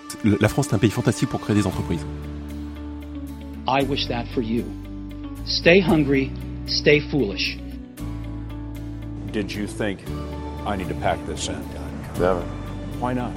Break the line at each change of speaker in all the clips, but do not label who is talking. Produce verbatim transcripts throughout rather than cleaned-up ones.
La France est un pays fantastique pour créer des entreprises.
I wish that for you. Stay hungry, stay foolish.
Did you think I need to pack this in?
Never.
Why not?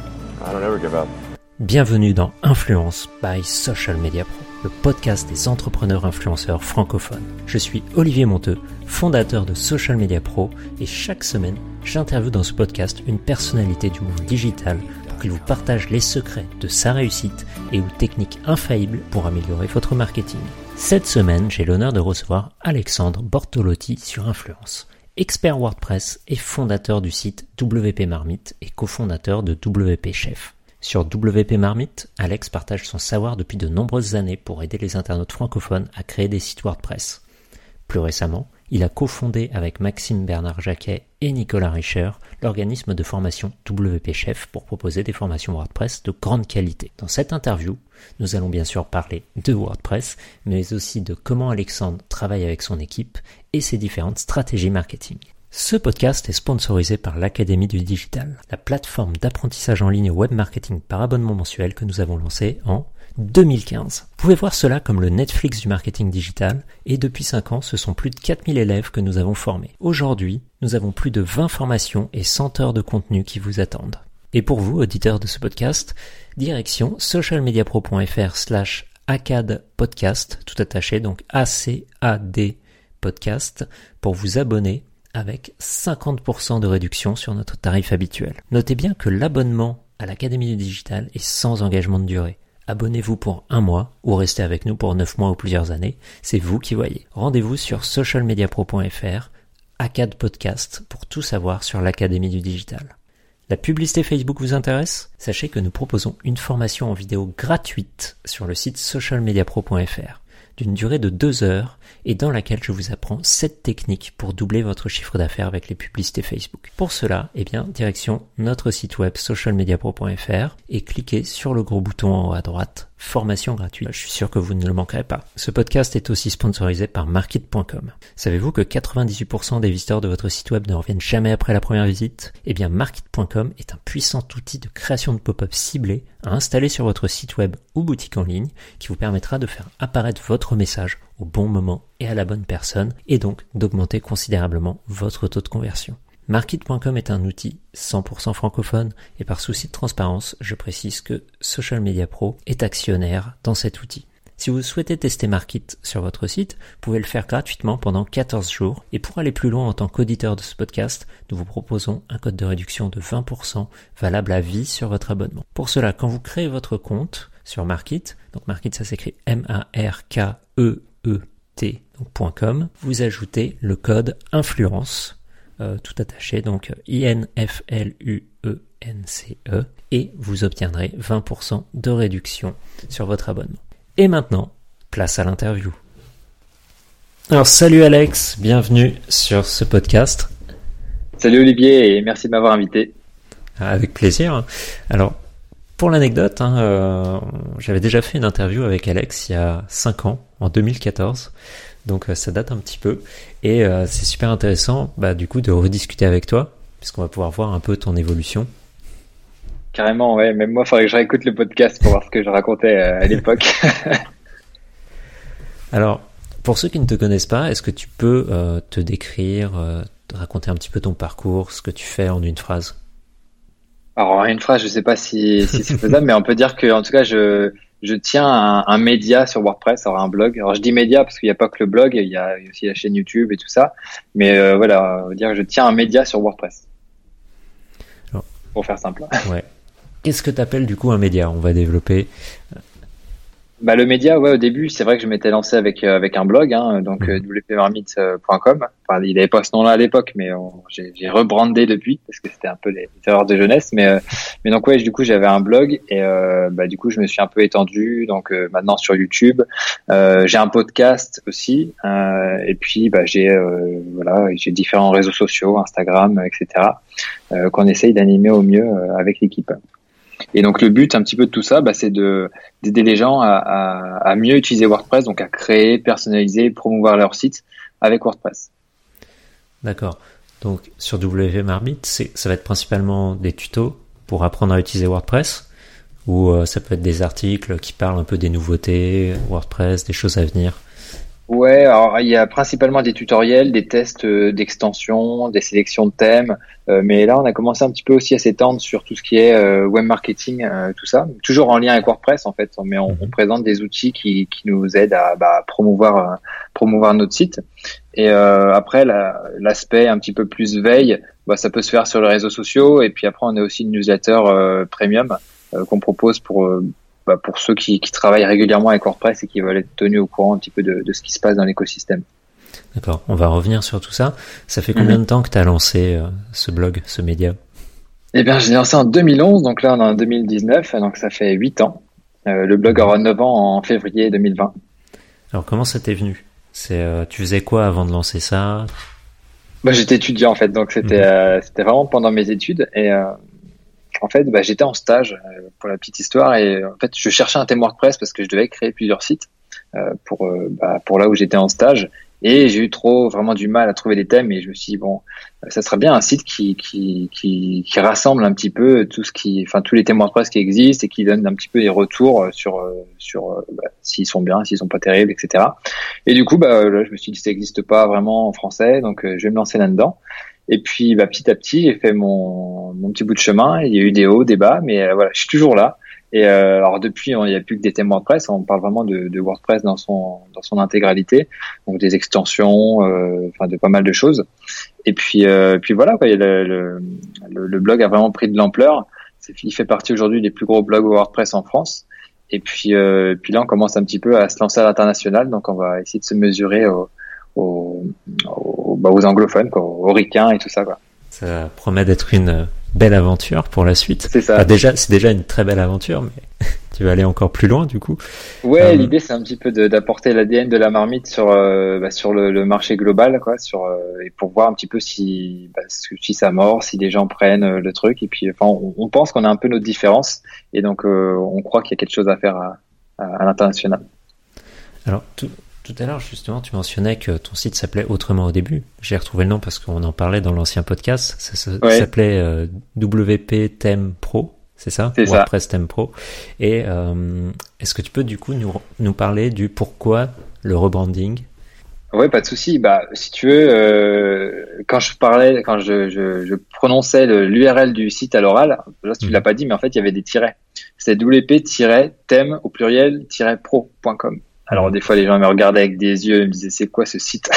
I don't ever give up.
Bienvenue dans Influence by Social Media Pro, le podcast des entrepreneurs influenceurs francophones. Je suis Olivier Monteux, fondateur de Social Media Pro, et chaque semaine, j'interviewe dans ce podcast une personnalité du monde digital pour qu'il vous partage les secrets de sa réussite et ou techniques infaillibles pour améliorer votre marketing. Cette semaine, j'ai l'honneur de recevoir Alexandre Bortolotti sur Influence, expert WordPress et fondateur du site W P Marmite et cofondateur de W P Chef. Sur W P Marmite, Alex partage son savoir depuis de nombreuses années pour aider les internautes francophones à créer des sites WordPress. Plus récemment, il a cofondé avec Maxime Bernard Jacquet et Nicolas Richer l'organisme de formation W P Chef pour proposer des formations WordPress de grande qualité. Dans cette interview, nous allons bien sûr parler de WordPress, mais aussi de comment Alexandre travaille avec son équipe et ses différentes stratégies marketing. Ce podcast est sponsorisé par l'Académie du Digital, la plateforme d'apprentissage en ligne web marketing par abonnement mensuel que nous avons lancée en deux mille quinze. Vous pouvez voir cela comme le Netflix du marketing digital, et depuis cinq ans, ce sont plus de quatre mille élèves que nous avons formés. Aujourd'hui, nous avons plus de vingt formations et cent heures de contenu qui vous attendent. Et pour vous, auditeurs de ce podcast, direction socialmediapro.fr slash acad podcast, tout attaché, donc A C A D podcast, pour vous abonner avec cinquante pour cent de réduction sur notre tarif habituel. Notez bien que l'abonnement à l'Académie du Digital est sans engagement de durée. Abonnez-vous pour un mois ou restez avec nous pour neuf mois ou plusieurs années, c'est vous qui voyez. Rendez-vous sur socialmediapro.fr, Acad Podcast, pour tout savoir sur l'Académie du Digital. La publicité Facebook vous intéresse ? Sachez que nous proposons une formation en vidéo gratuite sur le site socialmediapro point f r d'une durée de deux heures et dans laquelle je vous apprends sept techniques pour doubler votre chiffre d'affaires avec les publicités Facebook. Pour cela, eh bien, direction notre site web socialmediapro point f r et cliquez sur le gros bouton en haut à droite, formation gratuite. Je suis sûr que vous ne le manquerez pas. Ce podcast est aussi sponsorisé par Markit point com. Savez-vous que quatre-vingt-dix-huit pour cent des visiteurs de votre site web ne reviennent jamais après la première visite ? Eh bien, Markit point com est un puissant outil de création de pop-up ciblés à installer sur votre site web ou boutique en ligne qui vous permettra de faire apparaître votre message au bon moment et à la bonne personne et donc d'augmenter considérablement votre taux de conversion. Markit point com est un outil cent pour cent francophone et par souci de transparence, je précise que Social Media Pro est actionnaire dans cet outil. Si vous souhaitez tester Markit sur votre site, vous pouvez le faire gratuitement pendant quatorze jours. Et pour aller plus loin en tant qu'auditeur de ce podcast, nous vous proposons un code de réduction de vingt pour cent valable à vie sur votre abonnement. Pour cela, quand vous créez votre compte sur Markit, donc Markit ça s'écrit M A R K E E T, donc .com, vous ajoutez le code influence, euh, tout attaché, donc I N F L U E N C E, et vous obtiendrez vingt pour cent de réduction sur votre abonnement. Et maintenant, place à l'interview. Alors salut Alex, bienvenue sur ce podcast.
Salut Olivier et merci de m'avoir invité.
Avec plaisir. Alors, pour l'anecdote, hein, euh, j'avais déjà fait une interview avec Alex il y a cinq ans, en deux mille quatorze, donc euh, ça date un petit peu. Et euh, c'est super intéressant bah, du coup de rediscuter avec toi, puisqu'on va pouvoir voir un peu ton évolution.
Carrément, ouais. Même moi, il faudrait que je réécoute le podcast pour voir ce que je racontais à l'époque.
Alors, pour ceux qui ne te connaissent pas, est-ce que tu peux euh, te décrire, euh, te raconter un petit peu ton parcours, ce que tu fais en une phrase ?
Alors, en une phrase, je sais pas si, si c'est faisable, mais on peut dire que, en tout cas, je, je tiens un, un média sur WordPress, alors un blog. Alors, je dis média parce qu'il n'y a pas que le blog, il y a aussi la chaîne YouTube et tout ça. Mais euh, voilà, on va dire que je tiens un média sur WordPress. Alors, pour faire simple.
Ouais. Qu'est-ce que tu appelles du coup un média ? On va développer.
Bah le média, ouais, au début, c'est vrai que je m'étais lancé avec euh, avec un blog, hein, donc mmh. w p marmite point com. Enfin, il n'avait pas ce nom-là à l'époque, mais on, j'ai, j'ai rebrandé depuis parce que c'était un peu les, les erreurs de jeunesse. Mais euh, mais donc ouais, du coup, j'avais un blog et euh, bah du coup, je me suis un peu étendu. Donc euh, maintenant sur YouTube, euh, j'ai un podcast aussi, euh, et puis bah j'ai euh, voilà, j'ai différents réseaux sociaux, Instagram, et cetera, euh, qu'on essaye d'animer au mieux euh, avec l'équipe. Et donc le but un petit peu de tout ça, bah, c'est de d'aider les gens à, à, à mieux utiliser WordPress, donc à créer, personnaliser, promouvoir leur site avec WordPress.
D'accord. Donc sur W P Marmite, c'est, ça va être principalement des tutos pour apprendre à utiliser WordPress, ou euh, ça peut être des articles qui parlent un peu des nouveautés, WordPress, des choses à venir?
Ouais, alors il y a principalement des tutoriels, des tests euh, d'extension, des sélections de thèmes, euh, mais là on a commencé un petit peu aussi à s'étendre sur tout ce qui est euh, web marketing, euh, tout ça, toujours en lien avec WordPress en fait, mais on, on présente des outils qui, qui nous aident à bah, promouvoir euh, promouvoir notre site. Et euh, après la, l'aspect un petit peu plus veille, bah, ça peut se faire sur les réseaux sociaux, et puis après on a aussi une newsletter euh, premium euh, qu'on propose pour euh, Bah pour ceux qui, qui travaillent régulièrement avec WordPress et qui veulent être tenus au courant un petit peu de, de ce qui se passe dans l'écosystème.
D'accord, on va revenir sur tout ça. Ça fait combien mmh. de temps que tu as lancé euh, ce blog, ce média?
Eh bien, j'ai lancé en deux mille onze, donc là on est en deux mille dix-neuf, donc ça fait huit ans. Euh, le blog aura neuf ans en février deux mille vingt.
Alors comment ça t'est venu? C'est, euh, tu faisais quoi avant de lancer ça?
Bah, j'étais étudiant en fait, donc c'était, mmh. euh, c'était vraiment pendant mes études et... Euh, En fait, bah, j'étais en stage euh, pour la petite histoire et en fait, je cherchais un thème WordPress parce que je devais créer plusieurs sites euh, pour euh, bah, pour là où j'étais en stage et j'ai eu trop vraiment du mal à trouver des thèmes et je me suis dit bon, ça serait bien un site qui qui qui, qui rassemble un petit peu tout ce qui, enfin tous les thèmes WordPress qui existent et qui donne un petit peu des retours sur sur bah, s'ils sont bien, s'ils sont pas terribles, et cetera. Et du coup, bah là, je me suis dit ça n'existe pas vraiment en français, donc euh, je vais me lancer là-dedans. Et puis, bah, petit à petit, j'ai fait mon, mon petit bout de chemin. Il y a eu des hauts, des bas, mais euh, voilà, je suis toujours là. Et euh, alors depuis, il n'y a plus que des thèmes WordPress. On parle vraiment de, de WordPress dans son dans son intégralité, donc des extensions, euh, enfin de pas mal de choses. Et puis, euh, puis voilà, quoi, le, le, le, le blog a vraiment pris de l'ampleur. C'est, il fait partie aujourd'hui des plus gros blogs WordPress en France. Et puis, euh, puis là, on commence un petit peu à se lancer à l'international. Donc, on va essayer de se mesurer au Aux, aux, bah aux anglophones, quoi, aux ricains et tout ça, quoi.
Ça promet d'être une belle aventure pour la suite.
C'est ça.
Enfin, déjà, c'est déjà une très belle aventure, mais tu vas aller encore plus loin, du coup.
Ouais, euh...
l'idée,
c'est un petit peu de, d'apporter l'A D N de la marmite sur, euh, bah, sur le, le marché global, quoi, sur, euh, et pour voir un petit peu si, bah, si ça mord, si les gens prennent euh, le truc. Et puis, enfin, on, on pense qu'on a un peu notre différence, et donc, euh, on croit qu'il y a quelque chose à faire à, à, à l'international.
Alors, tout. Tout à l'heure, justement, tu mentionnais que ton site s'appelait autrement au début. J'ai retrouvé le nom parce qu'on en parlait dans l'ancien podcast. Ça, ça ouais. s'appelait euh, W P Theme Pro, c'est ça?
C'est
WordPress
ça.
Theme Pro. Et euh, est-ce que tu peux du coup nous, nous parler du pourquoi le rebranding?
Ouais, pas de souci. Bah, si tu veux, euh, quand je parlais, quand je, je, je prononçais le, l'U R L du site à l'oral, là tu mmh. l'as pas dit, mais en fait il y avait des tirets. C'était W P thème au pluriel pro point com. Alors des fois les gens me regardaient avec des yeux et me disaient c'est quoi ce site?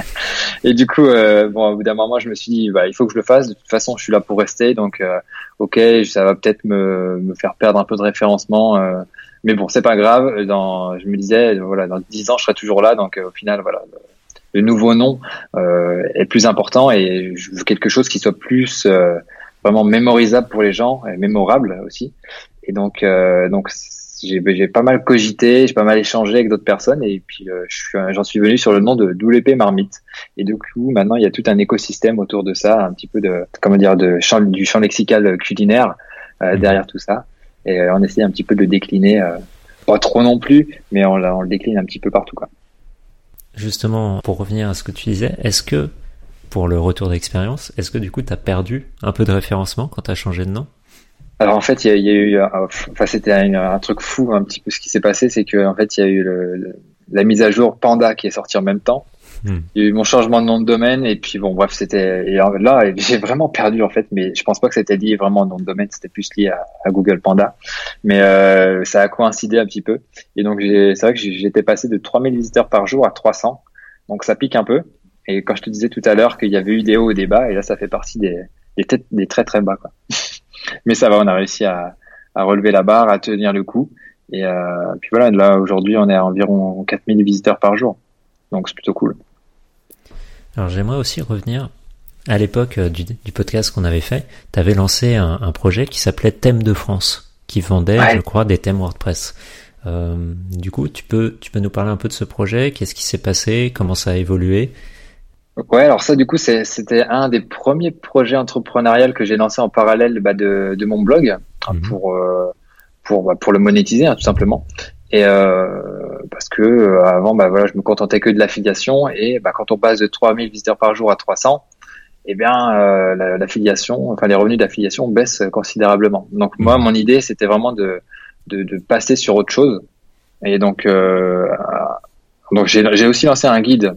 Et du coup euh, bon au bout d'un moment je me suis dit bah il faut que je le fasse, de toute façon je suis là pour rester, donc euh, ok ça va peut-être me me faire perdre un peu de référencement, euh, mais bon c'est pas grave. Dans je me disais voilà dans dix ans je serai toujours là, donc euh, au final voilà le, le nouveau nom euh, est plus important et je veux quelque chose qui soit plus euh, vraiment mémorisable pour les gens et mémorable aussi. Et donc euh, donc J'ai, j'ai pas mal cogité, j'ai pas mal échangé avec d'autres personnes et puis euh, je suis, j'en suis venu sur le nom de W P Marmite. Et du coup, maintenant, il y a tout un écosystème autour de ça, un petit peu de, comment dire, de champ, du champ lexical culinaire euh, mmh. derrière tout ça. Et euh, on essaie un petit peu de le décliner, euh, pas trop non plus, mais on, on le décline un petit peu partout, quoi.
Justement, pour revenir à ce que tu disais, est-ce que, pour le retour d'expérience, est-ce que du coup, tu as perdu un peu de référencement quand tu as changé de nom?
Alors en fait, il y a, il y a eu, enfin c'était un, un truc fou un petit peu ce qui s'est passé, c'est que en fait il y a eu le, le, la mise à jour Panda qui est sortie en même temps. Mmh. Il y a eu mon changement de nom de domaine et puis bon bref c'était et là j'ai vraiment perdu en fait, mais je pense pas que c'était lié vraiment au nom de domaine, c'était plus lié à, à Google Panda, mais euh, ça a coïncidé un petit peu et donc j'ai, c'est vrai que j'étais passé de trois mille visiteurs par jour à trois cents, donc ça pique un peu. Et quand je te disais tout à l'heure qu'il y avait eu des hauts et des bas, et là ça fait partie des des, têtes, des très très bas quoi. Mais ça va, on a réussi à, à relever la barre, à tenir le coup. Et euh, puis voilà, là aujourd'hui, on est à environ quatre mille visiteurs par jour. Donc c'est plutôt cool.
Alors j'aimerais aussi revenir à l'époque du, du podcast qu'on avait fait. Tu avais lancé un, un projet qui s'appelait Thème de France, qui vendait, ouais. je crois, des thèmes WordPress. Euh, du coup, tu peux, tu peux nous parler un peu de ce projet? Qu'est-ce qui s'est passé? Comment ça a évolué?
Ouais, alors ça, du coup, c'est, c'était un des premiers projets entrepreneuriaux que j'ai lancé en parallèle bah, de, de mon blog mmh. pour euh, pour bah, pour le monétiser, hein, tout simplement. Et euh, parce que euh, avant, bah voilà, je me contentais que de l'affiliation et bah quand on passe de trois mille visiteurs par jour à trois cents, eh bien euh, la, l'affiliation, enfin les revenus d'affiliation baissent considérablement. Donc moi, mon idée, c'était vraiment de de, de passer sur autre chose. Et donc, euh, donc j'ai, j'ai aussi lancé un guide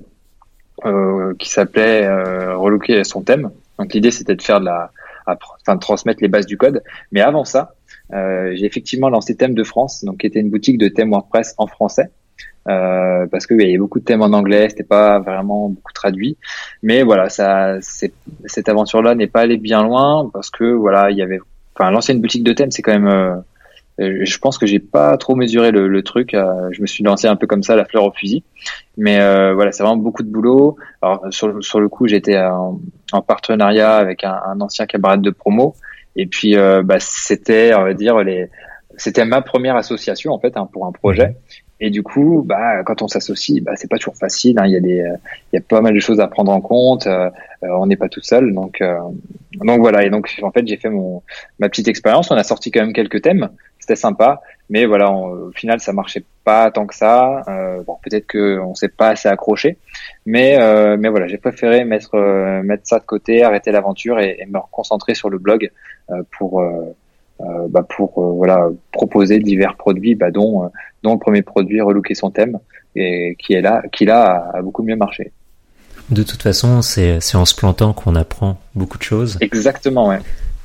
euh, qui s'appelait euh, Relooker son thème. Donc l'idée c'était de faire de la, enfin de transmettre les bases du code. Mais avant ça, euh, j'ai effectivement lancé Thème de France, donc qui était une boutique de thèmes WordPress en français. Euh, parce qu'il y avait beaucoup de thèmes en anglais, c'était pas vraiment beaucoup traduit. Mais voilà, ça, c'est, cette aventure-là n'est pas allée bien loin parce que voilà, il y avait, enfin lancer une boutique de thèmes, c'est quand même euh, je pense que j'ai pas trop mesuré le, le truc. Euh, je me suis lancé un peu comme ça, la fleur au fusil. Mais euh, voilà, c'est vraiment beaucoup de boulot. Alors sur, sur le coup, j'étais en, en partenariat avec un, un ancien camarade de promo. Et puis, euh, bah, c'était, on va dire, les, c'était ma première association en fait hein, pour un projet. Et du coup, bah, quand on s'associe, bah, c'est pas toujours facile. Hein. Il y a des, il y a pas mal de choses à prendre en compte. Euh, on n'est pas tout seul, donc, euh, donc voilà. Et donc, en fait, j'ai fait mon, ma petite expérience. On a sorti quand même quelques thèmes. C'était sympa, mais voilà, on, au final, ça marchait pas tant que ça. Euh, bon, peut-être que on s'est pas assez accroché, mais, euh, mais voilà, j'ai préféré mettre, euh, mettre ça de côté, arrêter l'aventure et, et me concentrer sur le blog euh, pour. Euh, Euh, bah pour euh, voilà proposer divers produits bah dont euh, dont le premier produit Relooker son thème et qui est là qui là a, a beaucoup mieux marché.
De toute façon, c'est c'est en se plantant qu'on apprend beaucoup de choses.
Exactement, ouais.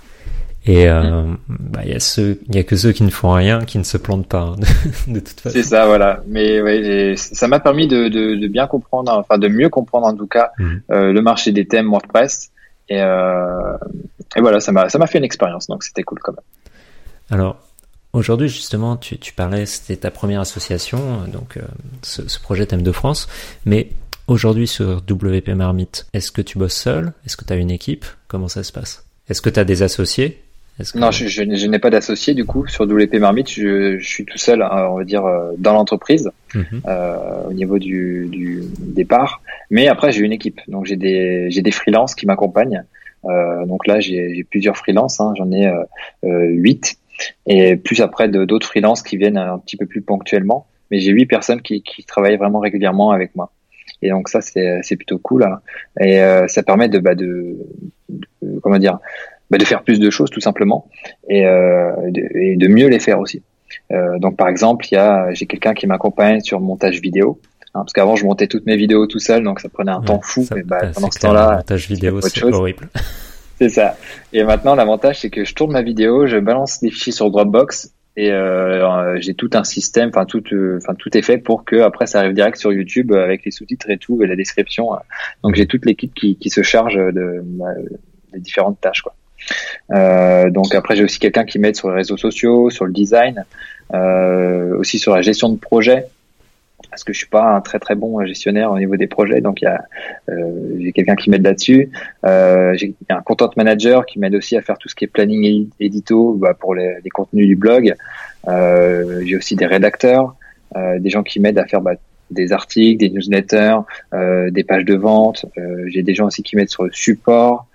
Et euh, bah il y a ceux il y a que ceux qui ne font rien qui ne se plantent pas hein, de, de toute façon.
C'est ça, voilà. Mais ouais, ça m'a permis de, de de bien comprendre, enfin de mieux comprendre en tout cas mmh. euh, le marché des thèmes WordPress et euh, et voilà, ça m'a ça m'a fait une expérience, donc c'était cool quand même.
Alors, aujourd'hui, justement, tu, tu parlais, c'était ta première association, donc euh, ce, ce projet Thème de France, mais aujourd'hui sur W P Marmite, est-ce que tu bosses seul? Est-ce que tu as une équipe? Comment ça se passe? Est-ce que tu as des associés? Est-ce que...
Non, je, je, je n'ai pas d'associé du coup. Sur W P Marmite, je, je suis tout seul, on va dire, dans l'entreprise, mmh. euh, au niveau du, du départ. Mais après, j'ai une équipe, donc j'ai des, j'ai des freelances qui m'accompagnent. Euh, donc là, j'ai, j'ai plusieurs freelances, hein, j'en ai huit. Euh, Et plus après de, d'autres freelances qui viennent un petit peu plus ponctuellement, mais j'ai huit personnes qui, qui travaillent vraiment régulièrement avec moi. Et donc ça c'est c'est plutôt cool. Hein. Et euh, ça permet de bah de, de comment dire bah de faire plus de choses tout simplement et euh, de, et de mieux les faire aussi. Euh, donc par exemple il y a j'ai quelqu'un qui m'accompagne sur le montage vidéo. Hein, parce qu'avant je montais toutes mes vidéos tout seul donc ça prenait un ouais, temps fou.
Ça,
et bah, pendant ce
clair,
temps-là,
le montage vidéo c'est chose. Horrible.
C'est ça. Et maintenant, l'avantage, c'est que je tourne ma vidéo, je balance des fichiers sur Dropbox et euh, j'ai tout un système, enfin tout, enfin euh, tout est fait pour que après ça arrive direct sur YouTube avec les sous-titres et tout et la description. Donc j'ai toute l'équipe qui, qui se charge de, bah, des différentes tâches, quoi. Euh, donc après, j'ai aussi quelqu'un qui m'aide sur les réseaux sociaux, sur le design, euh, aussi sur la gestion de projet. Parce que je suis pas un très très bon gestionnaire au niveau des projets, donc il y a euh, j'ai quelqu'un qui m'aide là-dessus. Euh, j'ai un content manager qui m'aide aussi à faire tout ce qui est planning édito bah, pour les, les contenus du blog. Euh, j'ai aussi des rédacteurs, euh, des gens qui m'aident à faire bah, des articles, des newsletters, euh, des pages de vente. Euh, j'ai des gens aussi qui m'aident sur le support,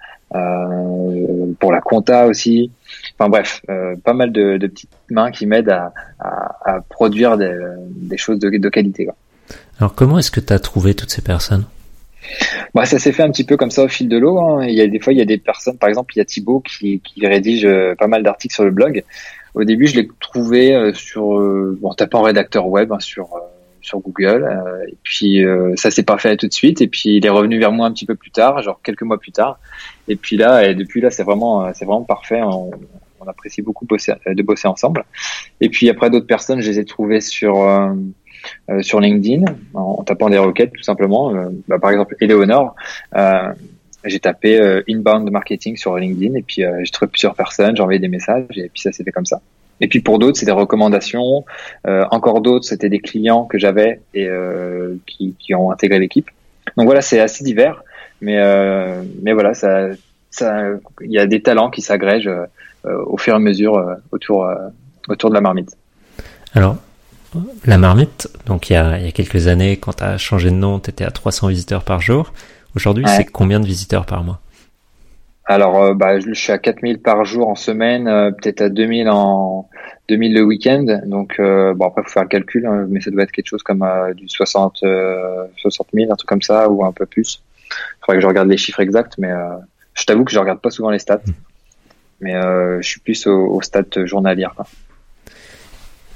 euh, pour la compta aussi. Enfin bref, euh, pas mal de, de petites mains qui m'aident à, à, à produire des, des choses de, de qualité, quoi.
Alors comment est-ce que tu as trouvé toutes ces personnes?
Bah, ça s'est fait un petit peu comme ça au fil de l'eau. Hein. Il y a des fois, il y a des personnes, par exemple, il y a Thibaut qui, qui rédige pas mal d'articles sur le blog. Au début, je l'ai trouvé sur, euh, en tapant rédacteur web hein, sur euh, sur Google. Euh, et puis euh, ça s'est pas fait tout de suite. Et puis il est revenu vers moi un petit peu plus tard, genre quelques mois plus tard. Et puis là, et depuis là, c'est vraiment, c'est vraiment parfait. On, on apprécie beaucoup bosser, de bosser ensemble. Et puis après, d'autres personnes, je les ai trouvées sur euh, euh, sur LinkedIn en, en tapant des requêtes tout simplement. Euh, bah, par exemple, Eleonore. Euh, j'ai tapé euh, inbound marketing sur LinkedIn et puis euh, j'ai trouvé plusieurs personnes, j'ai envoyé des messages et puis ça s'est fait comme ça. Et puis pour d'autres, c'est des recommandations. Euh, encore d'autres, c'était des clients que j'avais et euh, qui, qui ont intégré l'équipe. Donc voilà, c'est assez divers, mais euh, mais voilà, ça, ça, il y a des talents qui s'agrègent euh, au fur et à mesure euh, autour euh, autour de la marmite.
Alors la marmite, donc il y a il y a quelques années, quand tu as changé de nom, tu étais à trois cents visiteurs par jour. Aujourd'hui, ouais. C'est combien de visiteurs par mois?
Alors, euh, bah, je suis à quatre mille par jour en semaine, euh, peut-être à deux mille en deux mille le week-end. Donc, euh, bon après, faut faire le calcul, hein, mais ça doit être quelque chose comme euh, du soixante mille, un truc comme ça, ou un peu plus. Il faudrait que je regarde les chiffres exacts, mais euh, je t'avoue que je regarde pas souvent les stats. Mmh. Mais euh, je suis plus au, au stats journalières, quoi.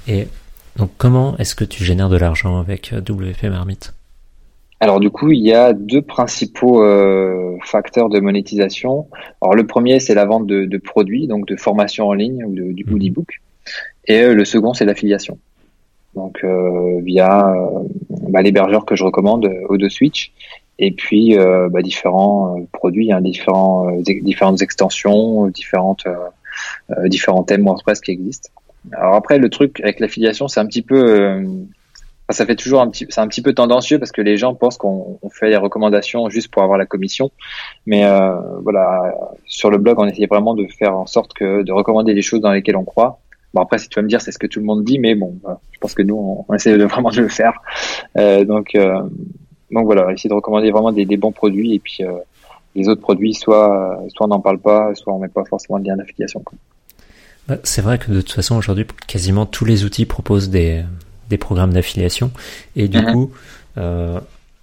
Et donc, comment est-ce que tu génères de l'argent avec W P Marmite ?
Alors du coup, il y a deux principaux euh, facteurs de monétisation. Alors le premier, c'est la vente de, de produits, donc de formation en ligne ou, de, du, ou d'e-book. Et euh, le second, c'est l'affiliation. Donc euh, via euh, bah, l'hébergeur que je recommande, OdoSwitch, et puis euh, bah, différents euh, produits, hein, différents, euh, différentes extensions, différentes, euh, euh, différents thèmes WordPress qui existent. Alors après, le truc avec l'affiliation, c'est un petit peu... Euh, Enfin, ça fait toujours un petit, c'est un petit peu tendancieux parce que les gens pensent qu'on on fait les recommandations juste pour avoir la commission. Mais euh, voilà, sur le blog, on essaie vraiment de faire en sorte que de recommander les choses dans lesquelles on croit. Bon après, si tu vas me dire, c'est ce que tout le monde dit, mais bon, euh, je pense que nous, on, on essaie de vraiment de le faire. Euh, donc, euh, donc voilà, essayer de recommander vraiment des, des bons produits et puis euh, les autres produits, soit, soit on n'en parle pas, soit on met pas forcément de lien d'affiliation, quoi.
Bah, c'est vrai que de toute façon, aujourd'hui, quasiment tous les outils proposent des des programmes d'affiliation et du mmh. coup euh,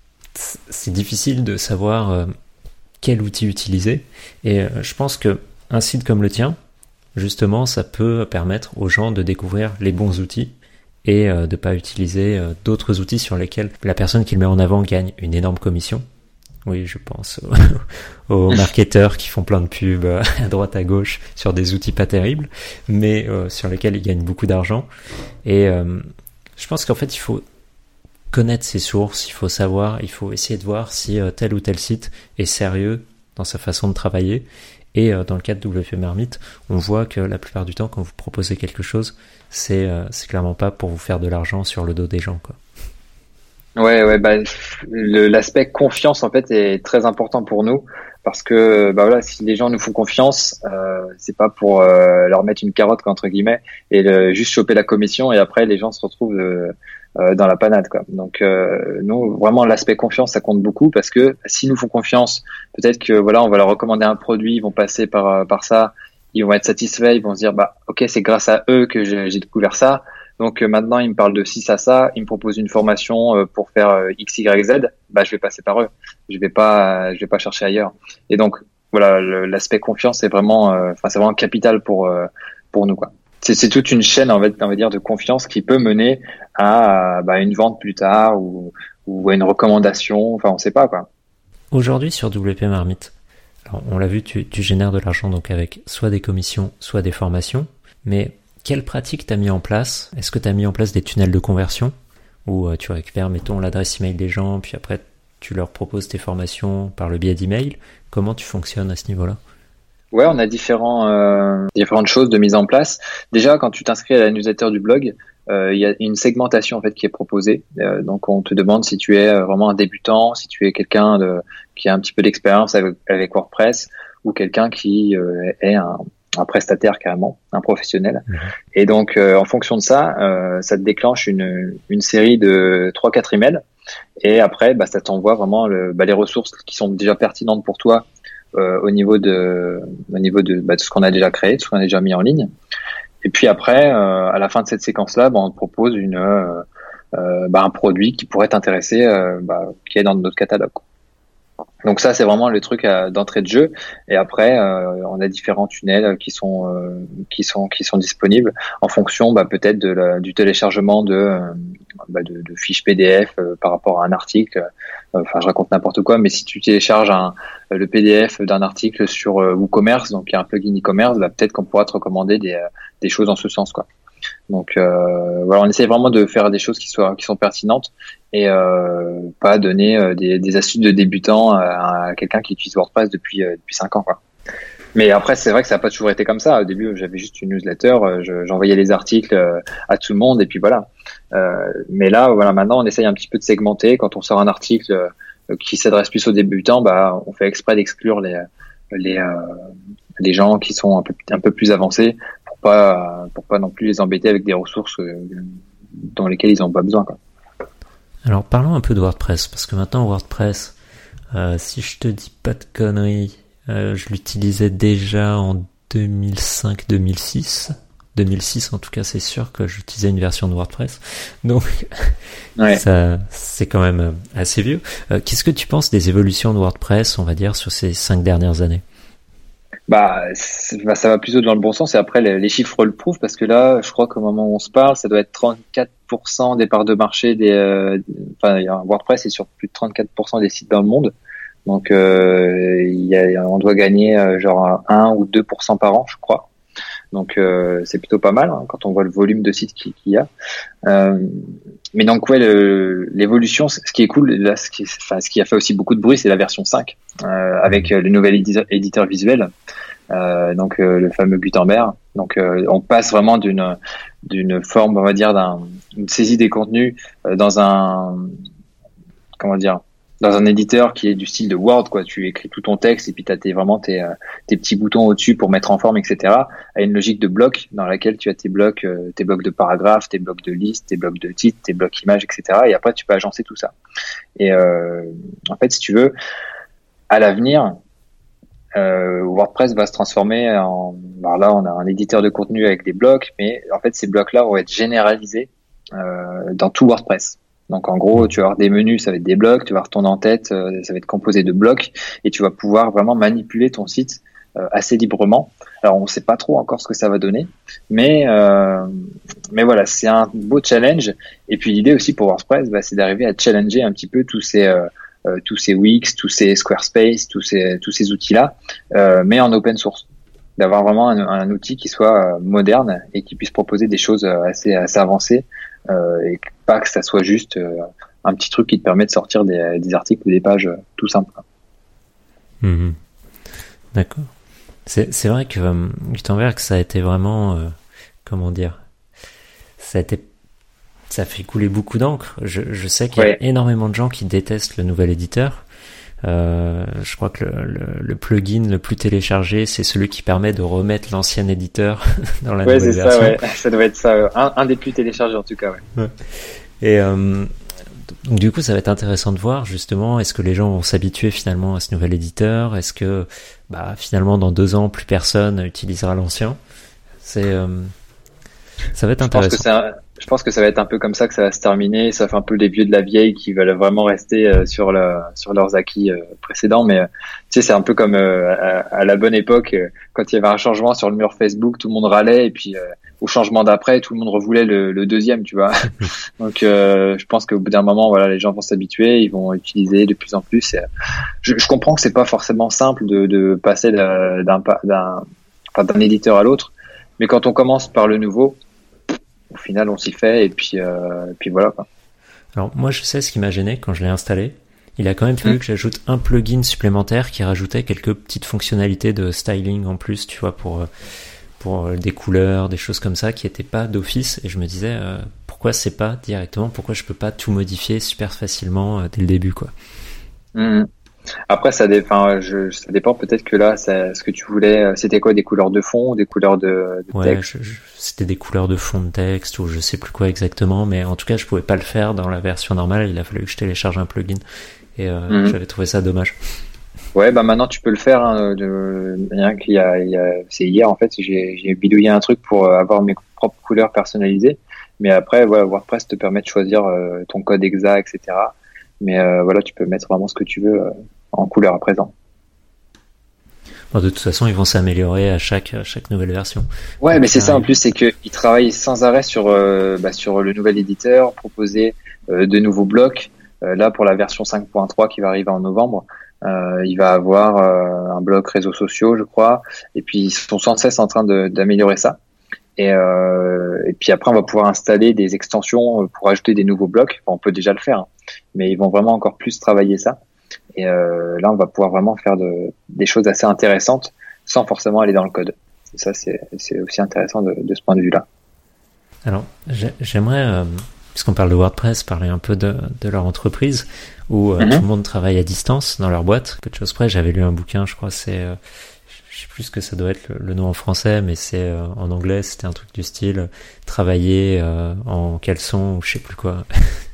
c'est difficile de savoir euh, quel outil utiliser et euh, je pense que un site comme le tien justement ça peut permettre aux gens de découvrir les bons outils et euh, de pas utiliser euh, d'autres outils sur lesquels la personne qui le met en avant gagne une énorme commission. Oui, je pense aux, aux marketeurs qui font plein de pubs à droite à gauche sur des outils pas terribles mais euh, sur lesquels ils gagnent beaucoup d'argent et euh, je pense qu'en fait, il faut connaître ses sources, il faut savoir, il faut essayer de voir si euh, tel ou tel site est sérieux dans sa façon de travailler. Et euh, dans le cas de W P Marmite, on voit que la plupart du temps, quand vous proposez quelque chose, c'est euh, c'est clairement pas pour vous faire de l'argent sur le dos des gens, quoi.
Ouais, ouais, bah le, l'aspect confiance en fait est très important pour nous parce que bah voilà, si les gens nous font confiance, euh, c'est pas pour euh, leur mettre une carotte entre guillemets et le, juste choper la commission et après les gens se retrouvent euh, euh, dans la panade, quoi. Donc euh, nous vraiment l'aspect confiance ça compte beaucoup parce que s'ils nous font confiance, peut-être que voilà on va leur recommander un produit, ils vont passer par par ça, ils vont être satisfaits, ils vont se dire bah ok c'est grâce à eux que j'ai, j'ai découvert ça. Donc euh, maintenant, ils me parlent de ci, ça, ça. Ils me proposent une formation euh, pour faire euh, X, Y, Z. Bah, je vais passer par eux. Je vais pas, euh, je vais pas chercher ailleurs. Et donc, voilà, le, l'aspect confiance, c'est vraiment, enfin, euh, c'est vraiment capital pour euh, pour nous, quoi. C'est, c'est toute une chaîne, en fait, on va dire, de confiance qui peut mener à bah, une vente plus tard ou ou à une recommandation. Enfin, on sait pas, quoi.
Aujourd'hui, sur W P Marmite, alors, on l'a vu, tu, tu génères de l'argent donc avec soit des commissions, soit des formations, mais quelle pratique t'as mis en place ? Est-ce que t'as mis en place des tunnels de conversion où euh, tu récupères, mettons, l'adresse email des gens, puis après tu leur proposes tes formations par le biais d'email ? Comment tu fonctionnes à ce niveau-là ?
Ouais, on a différents, euh, différentes choses de mise en place. Déjà, quand tu t'inscris à la newsletter du blog, euh, il y a une segmentation en fait qui est proposée. Euh, donc, on te demande si tu es vraiment un débutant, si tu es quelqu'un de, qui a un petit peu d'expérience avec, avec WordPress ou quelqu'un qui euh, est un un prestataire carrément, un professionnel. Mmh. Et donc, euh, en fonction de ça, euh, ça te déclenche une, une série de trois quatre emails. Et après, bah, ça t'envoie vraiment le, bah, les ressources qui sont déjà pertinentes pour toi euh, au niveau de, au niveau de, bah, de ce qu'on a déjà créé, de ce qu'on a déjà mis en ligne. Et puis après, euh, à la fin de cette séquence-là, bah, on te propose une, euh, euh, bah, un produit qui pourrait t'intéresser, euh, bah, qui est dans notre catalogue. Donc ça, c'est vraiment le truc à, d'entrée de jeu. Et après, euh, on a différents tunnels qui sont euh, qui sont qui sont disponibles en fonction, bah, peut-être de la, du téléchargement de, euh, bah, de de fiches P D F euh, par rapport à un article. Enfin, je raconte n'importe quoi, mais si tu télécharges un, le P D F d'un article sur euh, WooCommerce, donc il y a un plugin e-commerce, bah, peut-être qu'on pourra te recommander des euh, des choses en ce sens, quoi. Donc euh, voilà, on essaie vraiment de faire des choses qui soient qui sont pertinentes et euh, pas donner euh, des, des astuces de débutants à, à quelqu'un qui utilise WordPress depuis euh, depuis cinq ans, quoi. Mais après, c'est vrai que ça n'a pas toujours été comme ça. Au début, j'avais juste une newsletter, je, j'envoyais les articles à tout le monde et puis voilà. Euh, mais là, voilà, maintenant, on essaye un petit peu de segmenter. Quand on sort un article euh, qui s'adresse plus aux débutants, bah, on fait exprès d'exclure les les euh, les gens qui sont un peu un peu plus avancés pour pas pour pas non plus les embêter avec des ressources dans lesquelles ils n'ont pas besoin, quoi.
Alors parlons un peu de WordPress parce que maintenant WordPress, euh, si je te dis pas de conneries, euh, je l'utilisais déjà en deux mille cinq deux mille six. deux mille six en tout cas, c'est sûr que j'utilisais une version de WordPress, donc ouais. Ça c'est quand même assez vieux. Euh, qu'est-ce que tu penses des évolutions de WordPress, on va dire, sur ces cinq dernières années?
Bah, bah, ça va plutôt dans le bon sens. Et après, les, les chiffres le prouvent parce que là, je crois qu'au moment où on se parle, ça doit être trente-quatre pour cent des parts de marché des. Euh, enfin, WordPress est sur plus de trente-quatre pour cent des sites dans le monde. Donc, euh, il y a, on doit gagner euh, genre un ou deux pour cent par an, je crois. Donc, euh, c'est plutôt pas mal hein, quand on voit le volume de sites qu'il, qu'il y a. Euh, mais donc, ouais, le, l'évolution, ce qui est cool, là, ce qui, enfin, ce qui a fait aussi beaucoup de bruit, c'est la version cinq euh, avec le nouvel éditeur, éditeur visuel. Euh, donc euh, le fameux Gutenberg. Donc euh, on passe vraiment d'une d'une forme, on va dire, d'un une saisie des contenus euh, dans un comment dire dans un éditeur qui est du style de Word, quoi. Tu écris tout ton texte et puis t'as tes vraiment tes tes petits boutons au-dessus pour mettre en forme, et cetera. À une logique de blocs dans laquelle tu as tes blocs, euh, tes blocs de paragraphes, tes blocs de listes, tes blocs de titres, tes blocs images, et cetera. Et après tu peux agencer tout ça. Et euh, en fait, si tu veux, à l'avenir, Euh, WordPress va se transformer en. Alors là, on a un éditeur de contenu avec des blocs, mais en fait, ces blocs-là vont être généralisés euh, dans tout WordPress. Donc, en gros, tu vas avoir des menus, ça va être des blocs. Tu vas avoir ton en-tête, euh, ça va être composé de blocs, et tu vas pouvoir vraiment manipuler ton site euh, assez librement. Alors, on ne sait pas trop encore ce que ça va donner, mais euh, mais voilà, c'est un beau challenge. Et puis, l'idée aussi pour WordPress, bah, c'est d'arriver à challenger un petit peu tous ces euh, Euh, tous ces Wix, tous ces Squarespace, tous ces tous ces outils-là, euh, mais en open source, d'avoir vraiment un, un outil qui soit euh, moderne et qui puisse proposer des choses assez assez avancées euh, et pas que ça soit juste euh, un petit truc qui te permet de sortir des, des articles ou des pages euh, tout simples.
Mmh. D'accord. C'est c'est vrai que euh, Gutenberg, ça a été vraiment euh, comment dire, ça a été Ça fait couler beaucoup d'encre. Je, je sais qu'il y a ouais. énormément de gens qui détestent le nouvel éditeur. Euh, je crois que le, le, le plugin le plus téléchargé, c'est celui qui permet de remettre l'ancien éditeur dans la
ouais,
nouvelle
c'est
version.
Ça, ouais, ça doit être ça. Un, un des plus téléchargés en tout cas. Ouais.
ouais. Et euh, donc du coup, ça va être intéressant de voir justement, est-ce que les gens vont s'habituer finalement à ce nouvel éditeur ? Est-ce que bah, finalement dans deux ans, plus personne utilisera l'ancien ? C'est euh, ça va être intéressant.
Je pense que c'est un... Je pense que ça va être un peu comme ça que ça va se terminer. Ça fait un peu les vieux de la vieille qui veulent vraiment rester euh, sur la, sur leurs acquis euh, précédents. Mais euh, tu sais, c'est un peu comme euh, à, à la bonne époque, euh, quand il y avait un changement sur le mur Facebook, tout le monde râlait, et puis euh, au changement d'après, tout le monde revoulait le, le deuxième, tu vois. Donc, euh, je pense qu'au bout d'un moment, voilà, les gens vont s'habituer, ils vont utiliser de plus en plus. Et, euh, je, je comprends que c'est pas forcément simple de, de passer d'un, d'un, d'un, enfin, d'un éditeur à l'autre, mais quand on commence par le nouveau, au final, on s'y fait et puis, euh, et puis voilà, quoi.
Alors, moi, je sais ce qui m'a gêné quand je l'ai installé. Il a quand même fallu mmh. que j'ajoute un plugin supplémentaire qui rajoutait quelques petites fonctionnalités de styling en plus, tu vois, pour, pour des couleurs, des choses comme ça qui n'étaient pas d'office. Et je me disais, euh, pourquoi c'est pas directement, pourquoi je peux pas tout modifier super facilement euh, dès le début, quoi.
Mmh. Après, ça, dé... enfin, je... ça dépend. Peut-être que là, ça... ce que tu voulais, c'était quoi, des couleurs de fond ou des couleurs de, de
ouais,
texte
je, je... c'était des couleurs de fond de texte ou je sais plus quoi exactement, mais en tout cas, je pouvais pas le faire dans la version normale. Il a fallu que je télécharge un plugin et euh, mm-hmm. j'avais trouvé ça dommage.
Ouais, bah maintenant tu peux le faire. Hein, de... Rien qu'il y a, il y a... c'est hier en fait, j'ai, j'ai bidouillé un truc pour avoir mes propres couleurs personnalisées. Mais après, voilà, WordPress te permet de choisir euh, ton code exact, et cetera. Mais euh, voilà, tu peux mettre vraiment ce que tu veux euh, en couleur à présent.
Bon, de toute façon, ils vont s'améliorer à chaque à chaque nouvelle version.
Ouais, mais c'est ça en plus, c'est que ils travaillent sans arrêt sur euh, bah, sur le nouvel éditeur, proposer euh, de nouveaux blocs. Euh, là, pour la version cinq point trois qui va arriver en novembre, euh, il va avoir euh, un bloc réseaux sociaux, je crois. Et puis ils sont sans cesse en train de, d'améliorer ça. Et, euh, et puis après, on va pouvoir installer des extensions pour ajouter des nouveaux blocs. Enfin, on peut déjà le faire, hein, mais ils vont vraiment encore plus travailler ça. Et euh, là, on va pouvoir vraiment faire de, des choses assez intéressantes sans forcément aller dans le code. Et ça, c'est, c'est aussi intéressant de, de ce point de vue-là.
Alors, j'aimerais, euh, puisqu'on parle de WordPress, parler un peu de, de leur entreprise où euh, mm-hmm. tout le monde travaille à distance dans leur boîte. Peu de choses près, j'avais lu un bouquin, je crois, c'est... Euh, je sais plus ce que ça doit être le, le nom en français, mais c'est euh, en anglais, c'était un truc du style euh, travailler euh, en caleçon ou je sais plus quoi.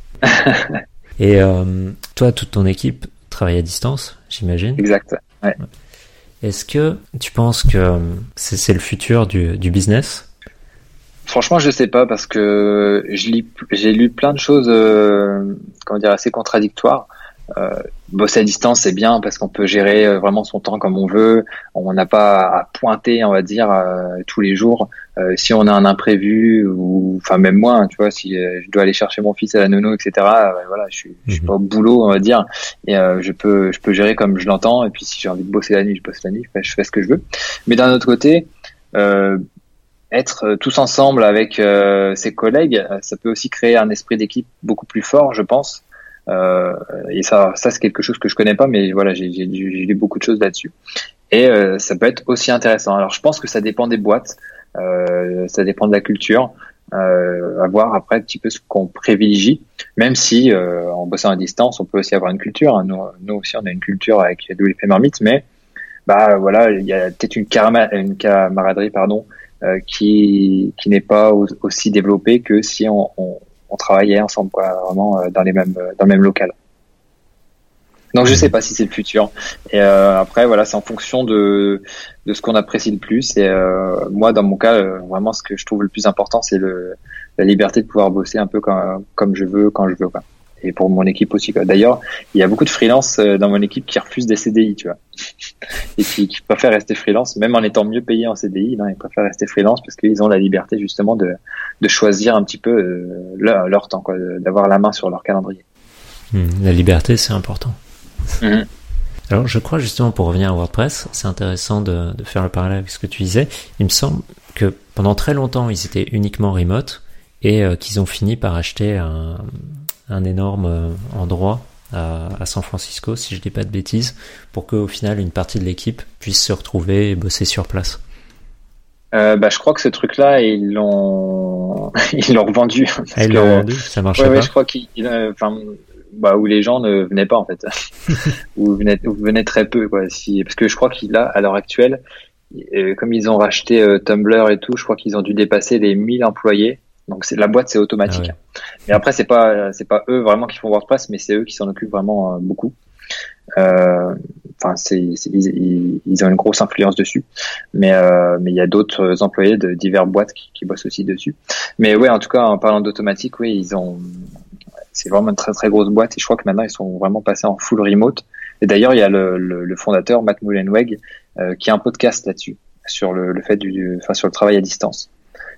Et euh, toi, toute ton équipe travaille à distance, j'imagine.
Exact. Ouais.
Est-ce que tu penses que c'est, c'est le futur du, du business ?
Franchement, je sais pas parce que je lis, j'ai lu plein de choses, euh, comment dire, assez contradictoires. euh, bosser à distance, c'est bien parce qu'on peut gérer euh, vraiment son temps comme on veut. On n'a pas à pointer, on va dire, euh, tous les jours. Euh, si on a un imprévu ou, enfin même moi, hein, tu vois, si euh, je dois aller chercher mon fils à la nounou, et cetera. Euh, voilà, je suis, je suis pas au boulot, on va dire, et euh, je peux, je peux gérer comme je l'entends. Et puis si j'ai envie de bosser la nuit, je bosse la nuit. Enfin, je fais ce que je veux. Mais d'un autre côté, euh, être tous ensemble avec euh, ses collègues, ça peut aussi créer un esprit d'équipe beaucoup plus fort, je pense. Euh, et ça, ça c'est quelque chose que je connais pas, mais voilà, j'ai, j'ai, j'ai lu beaucoup de choses là-dessus. Et euh, ça peut être aussi intéressant. Alors, je pense que ça dépend des boîtes, euh, ça dépend de la culture. Euh, à voir après un petit peu ce qu'on privilégie. Même si euh, en bossant à distance, on peut aussi avoir une culture. Hein. Nous, nous aussi, on a une culture avec W P Marmite, mais bah voilà, il y a peut-être une, carama- une camaraderie, pardon, euh, qui qui n'est pas au- aussi développée que si on, on on travaillait ensemble, quoi, vraiment euh, dans les mêmes dans le même local. Donc je sais pas si c'est le futur. Et euh, après voilà, c'est en fonction de de ce qu'on apprécie le plus. Et euh, moi, dans mon cas, euh, vraiment, ce que je trouve le plus important, c'est le la liberté de pouvoir bosser un peu comme comme je veux, quand je veux, quoi. Et pour mon équipe aussi, quoi. D'ailleurs, il y a beaucoup de freelance euh, dans mon équipe qui refusent des C D I, tu vois, et qui, qui préfèrent rester freelance, même en étant mieux payés en C D I. Non, ils préfèrent rester freelance parce qu'ils ont la liberté justement de de choisir un petit peu euh, leur, leur temps, quoi, d'avoir la main sur leur calendrier.
Mmh, la liberté, c'est important.
Mmh.
Alors, je crois justement, pour revenir à WordPress, c'est intéressant de, de faire le parallèle avec ce que tu disais. Il me semble que pendant très longtemps, ils étaient uniquement remote et euh, qu'ils ont fini par acheter un, un énorme euh, endroit à, à San Francisco, si je dis pas de bêtises, pour qu'au final, une partie de l'équipe puisse se retrouver et bosser sur place.
Euh, bah, je crois que ce truc-là, ils l'ont, ils l'ont revendu.
Ah, ils l'ont vendu, ça marchait
ouais,
pas.
Ouais, je crois qu'ils, enfin, bah, où les gens ne venaient pas, en fait. Ou venaient, ou venaient très peu, quoi. Si, parce que je crois qu'il a, à l'heure actuelle, euh, comme ils ont racheté euh, Tumblr et tout, je crois qu'ils ont dû dépasser les mille employés. Donc c'est, la boîte, c'est automatique. Ah ouais. Mais après, c'est pas, c'est pas eux vraiment qui font WordPress, mais c'est eux qui s'en occupent vraiment euh, beaucoup. Euh, enfin, c'est, c'est ils, ils ont une grosse influence dessus, mais euh, mais il y a d'autres employés de diverses boîtes qui, qui bossent aussi dessus. Mais ouais, en tout cas, en parlant d'automatique, oui, ils ont, c'est vraiment une très très grosse boîte et je crois que maintenant ils sont vraiment passés en full remote. Et d'ailleurs, il y a le, le, le fondateur Matt Mullenweg euh, qui a un podcast là-dessus sur le, le fait du, enfin sur le travail à distance.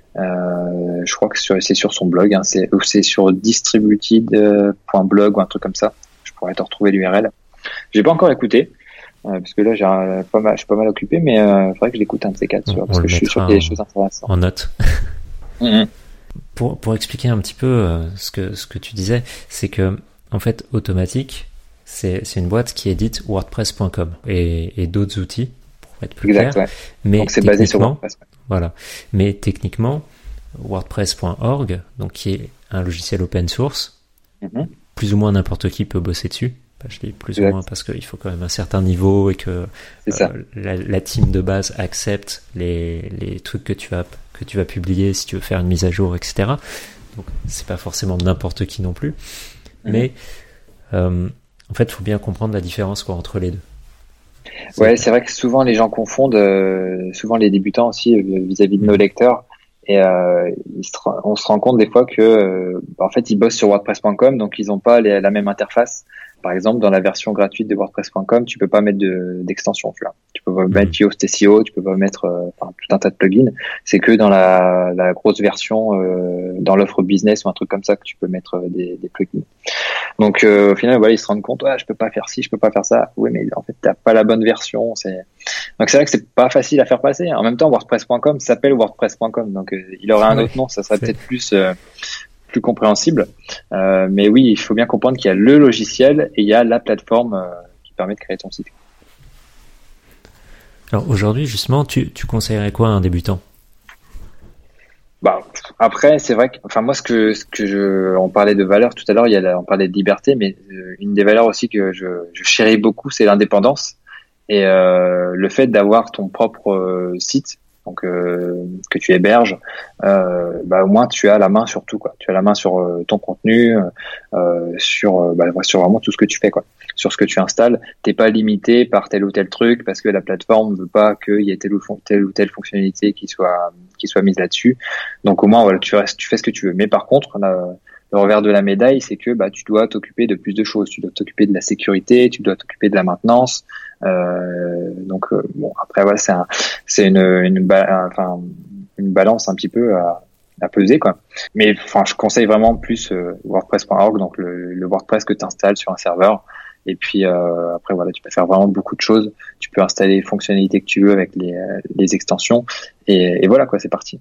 Euh, je crois que sur, c'est sur son blog, hein, c'est, ou c'est sur distributed point blog ou un truc comme ça. Je pourrais te retrouver l'U R L. J'ai pas encore écouté euh, parce que là j'ai un, pas mal, je suis pas mal occupé, mais euh, il faudrait que je l'écoute un de ces quatre,
on,
sur, parce
on
que je suis sûr qu'il y a des choses intéressantes.
En note.
Mm-hmm.
Pour pour expliquer un petit peu euh, ce que ce que tu disais, c'est que en fait Automattic, c'est c'est une boîte qui édite WordPress point com et et d'autres outils pour être plus
exact,
clair.
Ouais.
Mais
donc c'est basé sur WordPress. Ouais.
Voilà. Mais techniquement, WordPress point org, donc qui est un logiciel open source, mm-hmm. plus ou moins n'importe qui peut bosser dessus. Je dis plus exact. Ou moins parce qu'il faut quand même un certain niveau et que euh, la, la team de base accepte les, les trucs que tu vas que tu vas publier si tu veux faire une mise à jour, et cetera. Donc c'est pas forcément n'importe qui non plus, mmh. mais euh, en fait, il faut bien comprendre la différence quoi entre les deux. C'est
ouais, c'est vrai que souvent les gens confondent, euh, souvent les débutants aussi euh, vis-à-vis de mmh. nos lecteurs. Et euh, ils se, on se rend compte des fois que, euh, en fait, ils bossent sur WordPress point com, donc ils n'ont pas les, la même interface. Par exemple, dans la version gratuite de WordPress point com, tu peux pas mettre de, d'extension. Tu vois. Tu peux pas mmh. mettre Yoast S E O, tu peux pas mettre euh, enfin, tout un tas de plugins. C'est que dans la, la grosse version, euh, dans l'offre business ou un truc comme ça, que tu peux mettre euh, des, des plugins. Donc, euh, au final, voilà, ils se rendent compte, ouais, je peux pas faire ci, je peux pas faire ça. Oui, mais en fait, t'as pas la bonne version. C'est... Donc, c'est vrai que c'est pas facile à faire passer. En même temps, WordPress point com s'appelle WordPress point com, donc euh, il aurait un autre nom, ça serait c'est... peut-être plus euh, plus compréhensible. Euh, mais oui, il faut bien comprendre qu'il y a le logiciel et il y a la plateforme euh, qui permet de créer ton site.
Alors aujourd'hui, justement, tu, tu conseillerais quoi à un débutant ?
Bah après, c'est vrai que, enfin moi, ce que ce que je, on parlait de valeurs tout à l'heure, il y a, la, on parlait de liberté, mais euh, une des valeurs aussi que je, je chéris beaucoup, c'est l'indépendance et euh, le fait d'avoir ton propre euh, site. Donc euh, que tu héberges, euh, bah au moins tu as la main sur tout quoi. Tu as la main sur euh, ton contenu, euh, sur euh, bah, sur vraiment tout ce que tu fais quoi. Sur ce que tu installes, t'es pas limité par tel ou tel truc parce que la plateforme veut pas qu'il y ait telle ou telle ou telle fonctionnalité qui soit qui soit mise là-dessus. Donc au moins voilà, tu restes, tu fais ce que tu veux. Mais par contre, là, le revers de la médaille, c'est que bah tu dois t'occuper de plus de choses. Tu dois t'occuper de la sécurité, tu dois t'occuper de la maintenance. Euh, donc euh, bon, après voilà, c'est un, c'est une une ba- enfin une balance un petit peu à, à peser quoi. Mais enfin, je conseille vraiment plus euh, WordPress point org, donc le, le WordPress que tu installes sur un serveur. Et puis euh, après voilà, tu peux faire vraiment beaucoup de choses. Tu peux installer les fonctionnalités que tu veux avec les les extensions. Et, et voilà quoi, c'est parti.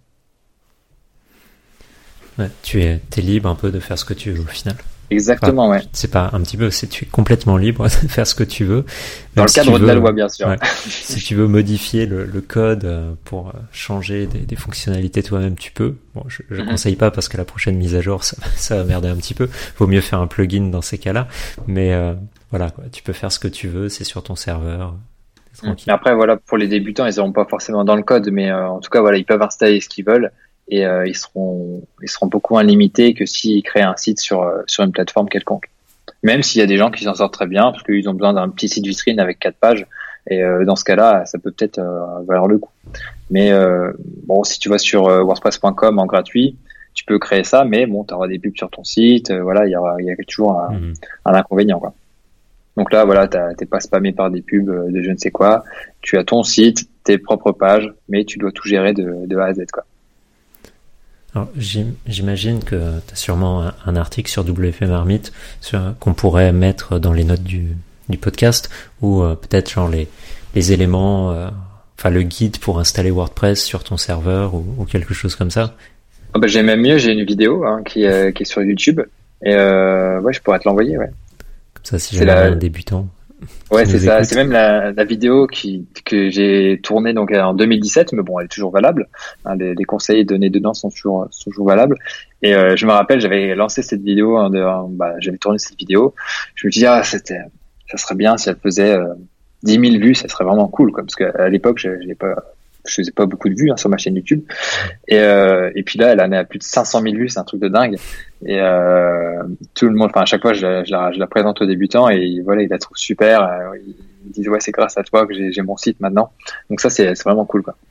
Ouais, tu es, t'es libre un peu de faire ce que tu veux au final.
Exactement, enfin, ouais.
C'est pas un petit peu, c'est tu es complètement libre de faire ce que tu veux.
Dans le si cadre de veux, la loi, bien sûr. Ouais,
si tu veux modifier le, le code pour changer des, des fonctionnalités toi-même, tu peux. Bon, je, je mm-hmm. conseille pas parce que la prochaine mise à jour, ça, ça va merder un petit peu. Vaut mieux faire un plugin dans ces cas-là. Mais euh, voilà, quoi, tu peux faire ce que tu veux, c'est sur ton serveur.
Tranquille. Après, voilà, pour les débutants, ils n'auront pas forcément dans le code, mais euh, en tout cas, voilà, ils peuvent installer ce qu'ils veulent. Et euh, ils seront ils seront beaucoup moins limités que s'ils créent un site sur euh, sur une plateforme quelconque. Même s'il y a des gens qui s'en sortent très bien parce qu'ils ont besoin d'un petit site vitrine avec quatre pages et euh, dans ce cas-là, ça peut peut-être euh, valoir le coup. Mais euh, bon, si tu vas sur euh, WordPress point com en gratuit, tu peux créer ça, mais bon, tu auras des pubs sur ton site. Euh, voilà, il y a il y a toujours un, mmh. un inconvénient quoi. Donc là, voilà, t'es pas spammé par des pubs de je ne sais quoi. Tu as ton site, tes propres pages, mais tu dois tout gérer de, de A à Z quoi.
Alors, j'imagine que tu as sûrement un, un article sur W P Marmite sur, qu'on pourrait mettre dans les notes du, du podcast ou euh, peut-être genre les, les éléments, euh, enfin le guide pour installer WordPress sur ton serveur ou, ou quelque chose comme ça.
Ah bah, j'ai même mieux, j'ai une vidéo hein, qui, euh, qui est sur YouTube et euh, ouais, je pourrais te l'envoyer. Ouais.
Comme ça, si jamais la... un débutant.
Ouais, c'est ça. C'est même la, la vidéo qui, que j'ai tournée donc en deux mille dix-sept, mais bon, elle est toujours valable. Hein, les, les conseils donnés dedans sont toujours, sont toujours valables. Et euh, je me rappelle, j'avais lancé cette vidéo, hein, de, hein, bah, j'avais tourné cette vidéo. Je me dis ah, c'était, ça serait bien si elle faisait euh, dix mille vues, ça serait vraiment cool, quoi. Parce qu'à l'époque, je, je pas, je faisais pas beaucoup de vues hein, sur ma chaîne YouTube. Et, euh, et puis là, elle en est à plus de cinq cent mille vues, c'est un truc de dingue. Et euh, tout le monde, enfin à chaque fois, je la, je la, je la présente aux débutants et voilà, ils la trouvent super. Euh, ils disent ouais, c'est grâce à toi que j'ai, j'ai mon site maintenant. Donc ça, c'est, c'est vraiment cool, quoi.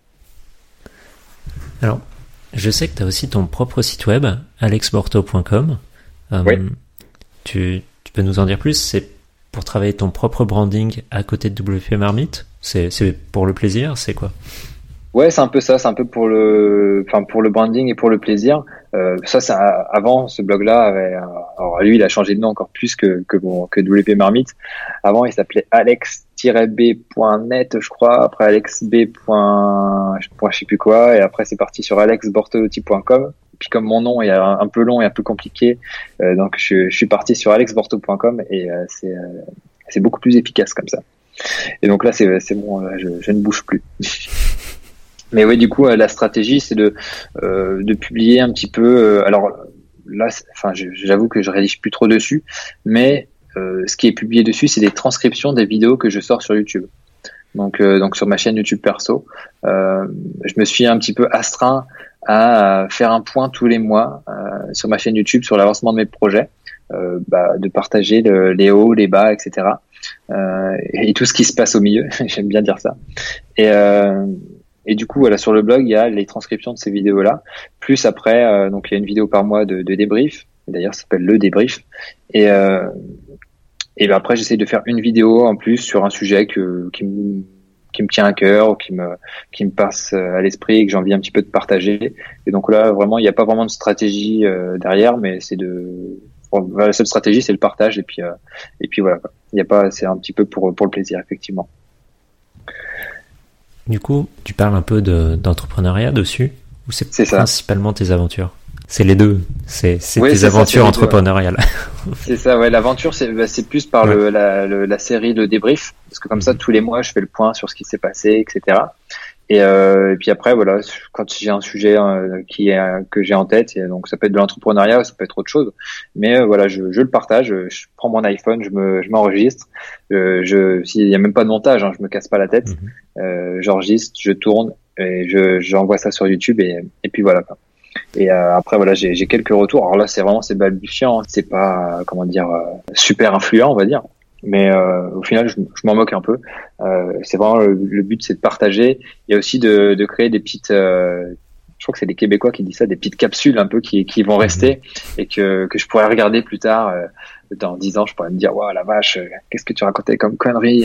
Alors, je sais que tu as aussi ton propre site web, alex borto point com. Euh,
oui.
Tu, tu peux nous en dire plus? C'est pour travailler ton propre branding à côté de W P Marmite? C'est, c'est pour le plaisir? C'est quoi?
Ouais, c'est un peu ça, c'est un peu pour le, enfin pour le branding et pour le plaisir. Euh, ça, ça, avant, ce blog-là avait, alors lui, il a changé de nom encore plus que que bon, que W P Marmite. Avant, il s'appelait alex b point net, je crois. Après, alexb. Je sais plus quoi. Et après, c'est parti sur alex bortolotti point com. Puis comme mon nom est un peu long et un peu compliqué, euh, donc je, je suis parti sur alex borto point com et euh, c'est euh, c'est beaucoup plus efficace comme ça. Et donc là, c'est c'est bon, je, je ne bouge plus. Mais oui, du coup, la stratégie, c'est de euh, de publier un petit peu. Euh, alors là, enfin, j'avoue que je rédige plus trop dessus, mais euh, ce qui est publié dessus, c'est des transcriptions des vidéos que je sors sur YouTube. Donc, euh, donc sur ma chaîne YouTube perso, euh, je me suis un petit peu astreint à faire un point tous les mois euh, sur ma chaîne YouTube sur l'avancement de mes projets, euh, bah, de partager le, les hauts, les bas, et cetera. Euh, et tout ce qui se passe au milieu. J'aime bien dire ça. Et euh, Et du coup, voilà, sur le blog, il y a les transcriptions de ces vidéos-là. Plus après, euh, donc il y a une vidéo par mois de, de débrief. D'ailleurs, ça s'appelle le débrief. Et euh, et ben après, j'essaie de faire une vidéo en plus sur un sujet que qui me qui me tient à cœur ou qui me qui me passe à l'esprit et que j'ai envie un petit peu de partager. Et donc là, vraiment, il n'y a pas vraiment de stratégie euh, derrière, mais c'est de bon, la seule stratégie, c'est le partage. Et puis euh, et puis voilà. Il y a pas, c'est un petit peu pour pour le plaisir, effectivement.
Du coup, tu parles un peu de, d'entrepreneuriat dessus, ou c'est, c'est principalement ça. Tes aventures? C'est les deux. C'est, c'est ouais, tes c'est aventures ça, c'est entrepreneuriales.
Ouais. C'est ça, ouais. L'aventure, c'est, bah, c'est plus par ouais. le, la, le, la série Le Débrief, parce que comme ça, tous les mois, je fais le point sur ce qui s'est passé, et cetera. Et, euh, et puis après, voilà, quand j'ai un sujet euh, qui est que j'ai en tête, et donc ça peut être de l'entrepreneuriat, ça peut être autre chose, mais euh, voilà, je, je le partage. Je prends mon iPhone, je me, je m'enregistre. Euh, je, s'il y a même pas de montage, hein, je me casse pas la tête. Mm-hmm. Euh, j'enregistre, je tourne et je, j'envoie ça sur YouTube et, et puis voilà. Quoi. Et euh, après voilà, j'ai, j'ai quelques retours. Alors là, c'est vraiment c'est balbutiant, c'est pas comment dire euh, super influent, on va dire. Mais euh, au final, je, je m'en moque un peu. Euh, c'est vraiment le, le but, c'est de partager. Il y a aussi de, de créer des petites, euh, je crois que c'est des Québécois qui disent ça, des petites capsules un peu qui, qui vont rester et que, que je pourrais regarder plus tard. Euh, dans dix ans, je pourrais me dire, waouh, la vache, qu'est-ce que tu racontais comme connerie?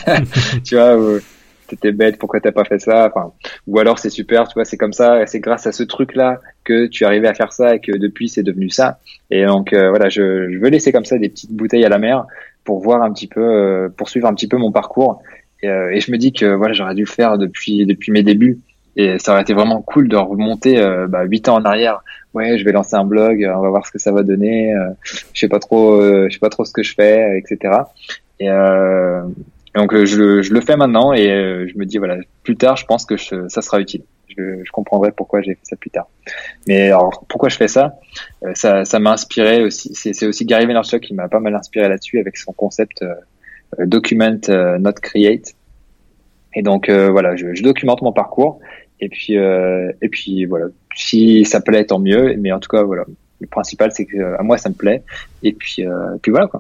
Tu vois, ou, t'étais bête, pourquoi t'as pas fait ça? Enfin, ou alors c'est super, tu vois, c'est comme ça, c'est grâce à ce truc-là que tu es arrivé à faire ça et que depuis c'est devenu ça. Et donc euh, voilà, je, je veux laisser comme ça des petites bouteilles à la mer pour voir un petit peu, euh, poursuivre un petit peu mon parcours. Et, euh, et je me dis que voilà, j'aurais dû le faire depuis depuis mes débuts. Et ça aurait été vraiment cool de remonter euh, bah, huit ans en arrière. Ouais, je vais lancer un blog, on va voir ce que ça va donner. Euh, je sais pas trop, euh, je sais pas trop ce que je fais, et cetera. Et euh, donc je, je le fais maintenant et euh, je me dis voilà, plus tard, je pense que je, ça sera utile. Je, je comprendrai pourquoi j'ai fait ça plus tard. Mais alors pourquoi je fais ça? euh, Ça, ça m'a inspiré aussi. C'est, c'est aussi Gary Vaynerchuk qui m'a pas mal inspiré là-dessus avec son concept euh, document, uh, not create. Et donc euh, voilà, je, je documente mon parcours. Et puis, euh, et puis voilà. Si ça plaît, tant mieux. Mais en tout cas, voilà. Le principal, c'est que à moi, ça me plaît. Et puis, euh, puis voilà quoi.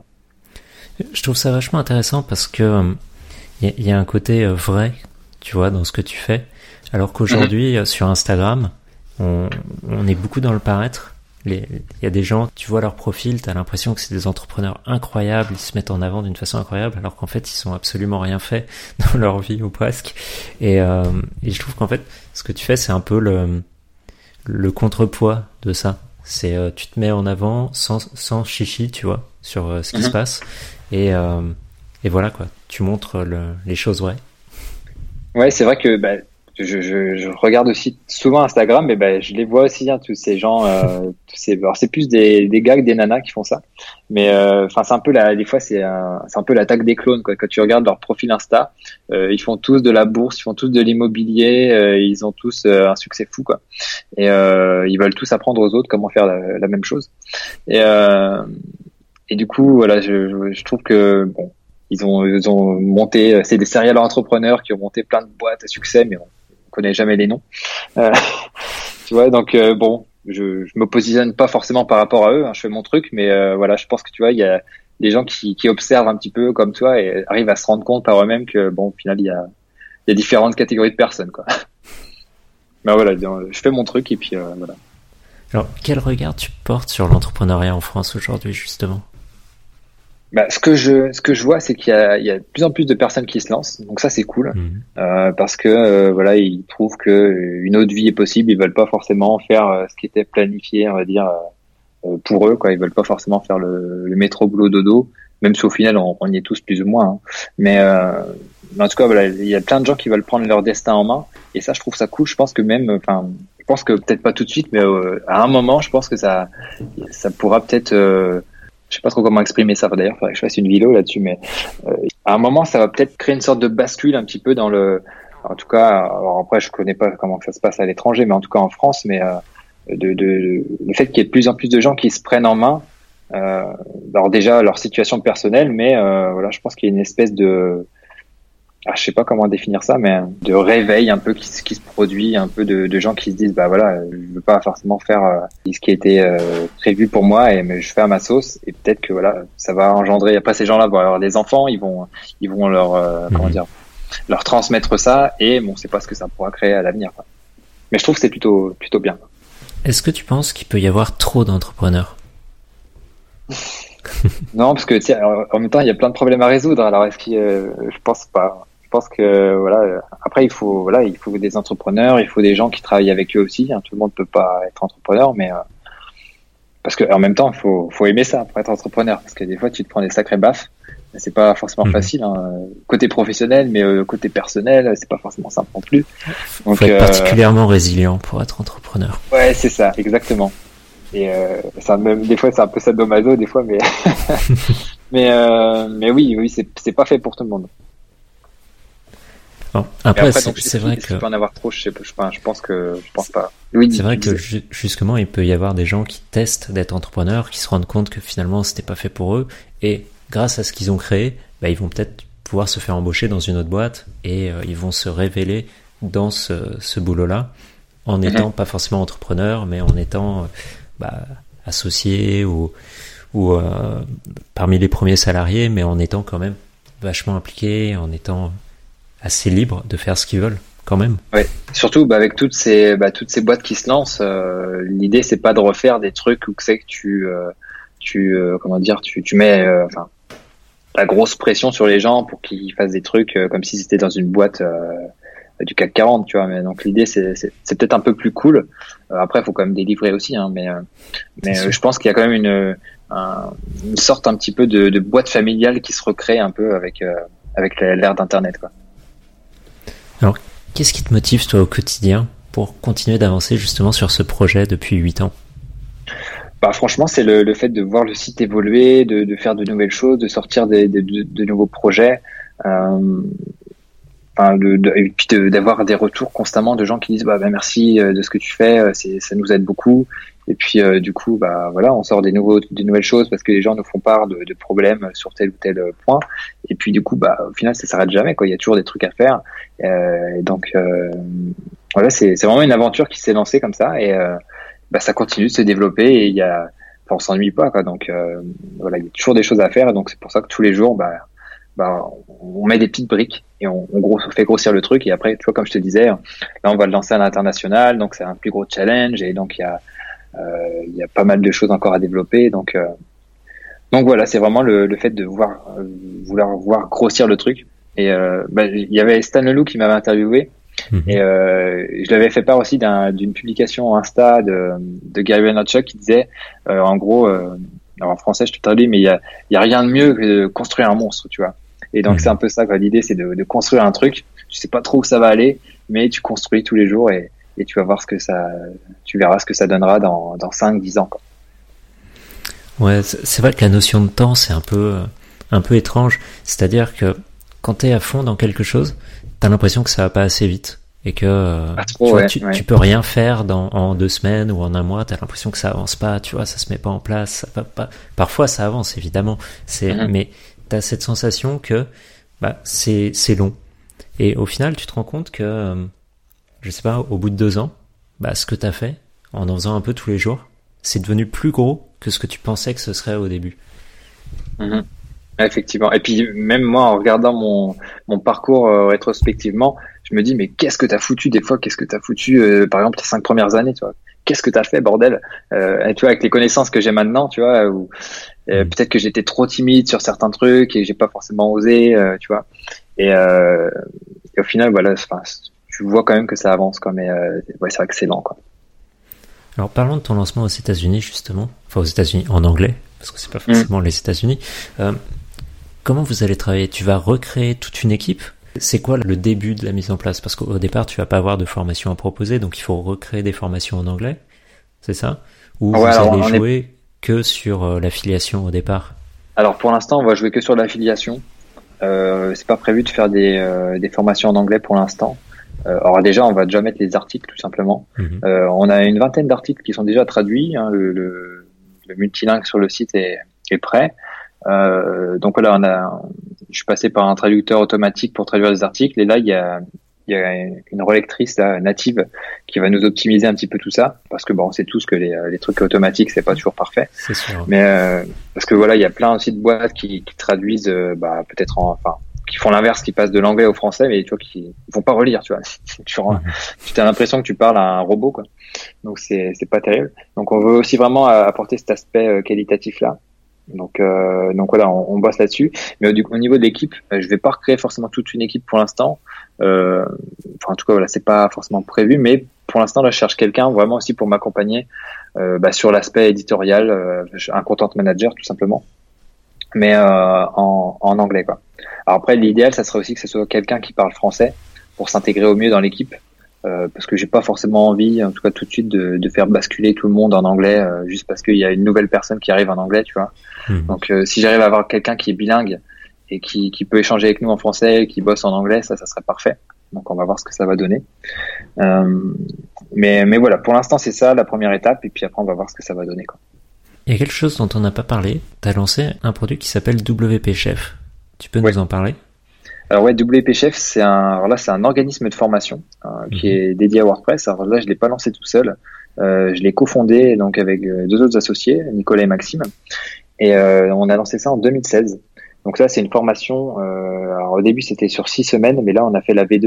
Je trouve ça vachement intéressant parce que il euh, y, y a un côté euh, vrai, tu vois, dans ce que tu fais. Alors qu'aujourd'hui, mmh. sur Instagram, on, on est beaucoup dans le paraître. Il y a des gens, tu vois leur profil, t'as l'impression que c'est des entrepreneurs incroyables, ils se mettent en avant d'une façon incroyable, alors qu'en fait, ils sont absolument rien fait dans leur vie ou presque. Et, euh, et je trouve qu'en fait, ce que tu fais, c'est un peu le, le contrepoids de ça. C'est, euh, tu te mets en avant sans, sans chichi, tu vois, sur euh, ce qui mmh. se passe. Et, euh, et voilà, quoi. Tu montres le, les choses vraies.
Ouais, c'est vrai que, bah, Je, je, je regarde aussi souvent Instagram, mais ben je les vois aussi, hein, tous ces gens. Euh, tous ces, alors c'est plus des, des gars que des nanas qui font ça, mais enfin euh, c'est un peu la, des fois c'est un, c'est un peu l'attaque des clones quoi. Quand tu regardes leur profil Insta, euh, ils font tous de la bourse, ils font tous de l'immobilier, euh, ils ont tous euh, un succès fou quoi. Et euh, ils veulent tous apprendre aux autres comment faire la, la même chose. Et euh, et du coup voilà, je, je, je trouve que bon, ils ont ils ont monté, c'est des serial entrepreneurs qui ont monté plein de boîtes à succès, mais bon, connais jamais les noms, euh, tu vois, donc euh, bon, je, je me positionne pas forcément par rapport à eux, hein, je fais mon truc, mais euh, voilà, je pense que tu vois, il y a des gens qui, qui observent un petit peu comme toi et arrivent à se rendre compte par eux-mêmes que bon, au final, il y a, il y a différentes catégories de personnes, quoi. Mais voilà, je fais mon truc et puis euh, voilà.
Alors, quel regard tu portes sur l'entrepreneuriat en France aujourd'hui, justement?
Bah, ce que je ce que je vois, c'est qu'il y a il y a de plus en plus de personnes qui se lancent, donc ça c'est cool, mmh. euh, parce que euh, voilà, ils trouvent que une autre vie est possible, ils veulent pas forcément faire euh, ce qui était planifié, on va dire, euh, pour eux, quoi. Ils veulent pas forcément faire le, le métro boulot dodo, même si au final on, on y est tous plus ou moins. Hein. Mais, euh, mais en tout cas, voilà, il y a plein de gens qui veulent prendre leur destin en main, et ça je trouve ça cool. Je pense que même, enfin, je pense que peut-être pas tout de suite, mais euh, à un moment, je pense que ça ça pourra peut-être euh, je sais pas trop comment exprimer ça d'ailleurs, faudrait que je fasse une vidéo là-dessus, mais euh, à un moment ça va peut-être créer une sorte de bascule un petit peu dans le, en tout cas, alors après je connais pas comment ça se passe à l'étranger, mais en tout cas en France, mais euh, de, de le fait qu'il y ait de plus en plus de gens qui se prennent en main, euh, alors déjà leur situation personnelle, mais euh, voilà, je pense qu'il y a une espèce de, ah, je sais pas comment définir ça, mais de réveil un peu qui, qui se produit, un peu de, de gens qui se disent bah voilà, je veux pas forcément faire euh, ce qui a été euh, prévu pour moi, et mais je fais à ma sauce, et peut-être que voilà, ça va engendrer. Après ces gens-là vont avoir des enfants, ils vont ils vont leur euh, comment dire, leur transmettre ça, et bon, on sait pas ce que ça pourra créer à l'avenir, quoi. Mais je trouve que c'est plutôt plutôt bien.
Est-ce que tu penses qu'il peut y avoir trop d'entrepreneurs?
Non, parce que tiens, en même temps il y a plein de problèmes à résoudre. Alors est-ce qu'il, euh, je pense pas. Je pense que voilà. Après, il faut voilà, il faut des entrepreneurs, il faut des gens qui travaillent avec eux aussi. Hein. Tout le monde peut pas être entrepreneur, mais euh, parce que en même temps, il faut faut aimer ça pour être entrepreneur. Parce que des fois, tu te prends des sacrés baffes. C'est pas forcément mmh. facile. Hein. Côté professionnel, mais euh, côté personnel, c'est pas forcément simple non plus.
Donc, faut être euh, particulièrement résilient pour être entrepreneur.
Ouais, c'est ça, exactement. Et euh, ça, même des fois, c'est un peu sadomaso, des fois, mais mais euh, mais oui, oui, c'est c'est pas fait pour tout le monde.
Bon, après,
après
c'est,
donc,
c'est vrai que
il peut en avoir trop, je sais pas, je, je pense que je pense pas. Oui,
c'est vrai que ju- justement, il peut y avoir des gens qui testent d'être entrepreneurs, qui se rendent compte que finalement, c'était pas fait pour eux, et grâce à ce qu'ils ont créé, bah, ils vont peut-être pouvoir se faire embaucher dans une autre boîte, et euh, ils vont se révéler dans ce, ce boulot-là, en n'étant mm-hmm. pas forcément entrepreneur, mais en étant euh, bah, associé ou ou euh, parmi les premiers salariés, mais en étant quand même vachement impliqué, en étant assez libre de faire ce qu'ils veulent, quand même.
Ouais. Surtout bah, avec toutes ces bah, toutes ces boîtes qui se lancent, euh, l'idée c'est pas de refaire des trucs où c'est que tu euh, tu euh, comment dire tu tu mets euh, enfin la grosse pression sur les gens pour qu'ils fassent des trucs euh, comme si c'était dans une boîte euh, du C A C quarante, tu vois. Mais donc l'idée c'est c'est, c'est peut-être un peu plus cool. Euh, après il faut quand même délivrer aussi, hein. Mais euh, mais euh, je pense qu'il y a quand même une un, une sorte un petit peu de, de boîte familiale qui se recrée un peu avec euh, avec l'ère d'internet, quoi.
Alors qu'est-ce qui te motive toi au quotidien pour continuer d'avancer justement sur ce projet depuis huit ans?
Bah franchement c'est le, le fait de voir le site évoluer, de, de faire de nouvelles choses, de sortir des, de, de, de nouveaux projets. Euh, Enfin, de, de, et puis de, d'avoir des retours constamment de gens qui disent bah, bah merci de ce que tu fais, c'est, ça nous aide beaucoup. Et puis euh, du coup bah voilà, on sort des nouveaux, des nouvelles choses parce que les gens nous font part de, de problèmes sur tel ou tel point. Et puis du coup bah au final ça s'arrête jamais, quoi. Il y a toujours des trucs à faire. Euh, et donc euh, voilà, c'est, c'est vraiment une aventure qui s'est lancée comme ça et euh, bah ça continue de se développer et il y a, enfin, on s'ennuie pas, quoi. Donc euh, voilà, il y a toujours des choses à faire et donc c'est pour ça que tous les jours bah bah, on met des petites briques et on, on, gros, on fait grossir le truc. Et après, tu vois, comme je te disais, là, on va le lancer à l'international, donc c'est un plus gros challenge. Et donc, il y a, euh, il y a pas mal de choses encore à développer. Donc, euh, donc voilà, c'est vraiment le, le fait de voir, euh, vouloir voir grossir le truc. Et euh, bah, il y avait Stan Leloup qui m'avait interviewé. Mmh. Et euh, je lui avais fait part aussi d'un, d'une publication Insta de, de Gary Vaynerchuk qui disait, euh, en gros, euh, alors en français, je te traduis, mais il y a, il y a rien de mieux que de construire un monstre, tu vois. Et donc, mmh. c'est un peu ça, quoi. L'idée, c'est de, de construire un truc. Tu sais pas trop où ça va aller, mais tu construis tous les jours et, et tu vas voir ce que ça, tu verras ce que ça donnera dans, dans cinq, dix ans, quoi.
Ouais, c'est vrai que la notion de temps, c'est un peu, un peu étrange. C'est-à-dire que quand t'es à fond dans quelque chose, t'as l'impression que ça va pas assez vite. Et que,
ah, trop,
tu, vois,
ouais,
tu,
ouais. tu
peux rien faire dans, en deux semaines ou en un mois, t'as l'impression que ça avance pas, tu vois, ça se met pas en place, ça va pas. Parfois, ça avance, évidemment. C'est, mmh. mais, t'as cette sensation que bah c'est c'est long et au final tu te rends compte que euh, je sais pas, au bout de deux ans bah ce que t'as fait en en faisant un peu tous les jours c'est devenu plus gros que ce que tu pensais que ce serait au début.
Mmh. Effectivement. Et puis même moi en regardant mon mon parcours euh, rétrospectivement, je me dis mais qu'est-ce que t'as foutu des fois, qu'est-ce que t'as foutu euh, par exemple les cinq premières années, tu vois. Qu'est-ce que t'as fait, bordel, euh, tu vois, avec les connaissances que j'ai maintenant, tu vois, où euh, mmh. peut-être que j'étais trop timide sur certains trucs et j'ai pas forcément osé, euh, tu vois. Et, euh, et au final, voilà, enfin, tu vois quand même que ça avance, quoi. Mais euh, ouais, c'est vrai que c'est lent, quoi.
Alors parlons de ton lancement aux États-Unis justement, enfin aux États-Unis en anglais, parce que c'est pas forcément mmh. les États-Unis. Euh, comment vous allez travailler ? Tu vas recréer toute une équipe ? C'est quoi le début de la mise en place ? Parce qu'au départ, tu vas pas avoir de formation à proposer, donc il faut recréer des formations en anglais, c'est ça ? Ou ouais, vous allez jouer est... que sur euh, l'affiliation au départ ?
Alors pour l'instant, on va jouer que sur l'affiliation. Euh, c'est pas prévu de faire des, euh, des formations en anglais pour l'instant. Euh, alors déjà, on va déjà mettre les articles tout simplement. Mmh. Euh, on a une vingtaine d'articles qui sont déjà traduits. Hein, le, le, le multilingue sur le site est, est prêt. Euh, donc voilà, on a, je suis passé par un traducteur automatique pour traduire les articles et là il y a, il y a une relectrice là, native qui va nous optimiser un petit peu tout ça parce que bon, on sait tous que les, les trucs automatiques c'est pas toujours parfait.
C'est sûr.
Mais euh, parce que voilà, il y a plein aussi de boîtes qui, qui traduisent, euh, bah peut-être en, enfin, qui font l'inverse, qui passent de l'anglais au français, mais tu vois, qui vont pas relire, tu vois. tu mmh. tu as l'impression que tu parles à un robot, quoi. Donc c'est c'est pas terrible. Donc on veut aussi vraiment apporter cet aspect euh, qualitatif là. Donc, euh, donc voilà, on, on bosse là-dessus. Mais du coup, au niveau de l'équipe, euh, je vais pas recréer forcément toute une équipe pour l'instant. Euh, enfin, en tout cas, voilà, c'est pas forcément prévu. Mais pour l'instant, là, je cherche quelqu'un vraiment aussi pour m'accompagner euh, bah, sur l'aspect éditorial, euh, un content manager tout simplement, mais euh, en, en anglais, quoi. Alors après, l'idéal, ça serait aussi que ce soit quelqu'un qui parle français pour s'intégrer au mieux dans l'équipe. Euh, parce que j'ai pas forcément envie, en tout cas tout de suite, de, de faire basculer tout le monde en anglais euh, juste parce qu'il y a une nouvelle personne qui arrive en anglais, tu vois. Mmh. Donc euh, si j'arrive à avoir quelqu'un qui est bilingue et qui, qui peut échanger avec nous en français, qui bosse en anglais, ça, ça serait parfait. Donc on va voir ce que ça va donner. Euh, mais, mais voilà, pour l'instant c'est ça la première étape, et puis après on va voir ce que ça va donner, quoi.
Il y a quelque chose dont on n'a pas parlé. T'as lancé un produit qui s'appelle W P Chef. Tu peux ouais. nous en parler ?
Alors ouais, W P Chef, c'est un, alors là, c'est un organisme de formation euh, mmh. qui est dédié à WordPress. Alors là, je l'ai pas lancé tout seul. Euh, je l'ai cofondé donc avec deux autres associés, Nicolas et Maxime. Et euh, on a lancé ça en deux mille seize. Donc ça, c'est une formation. Euh, alors au début, c'était sur six semaines, mais là, on a fait la V deux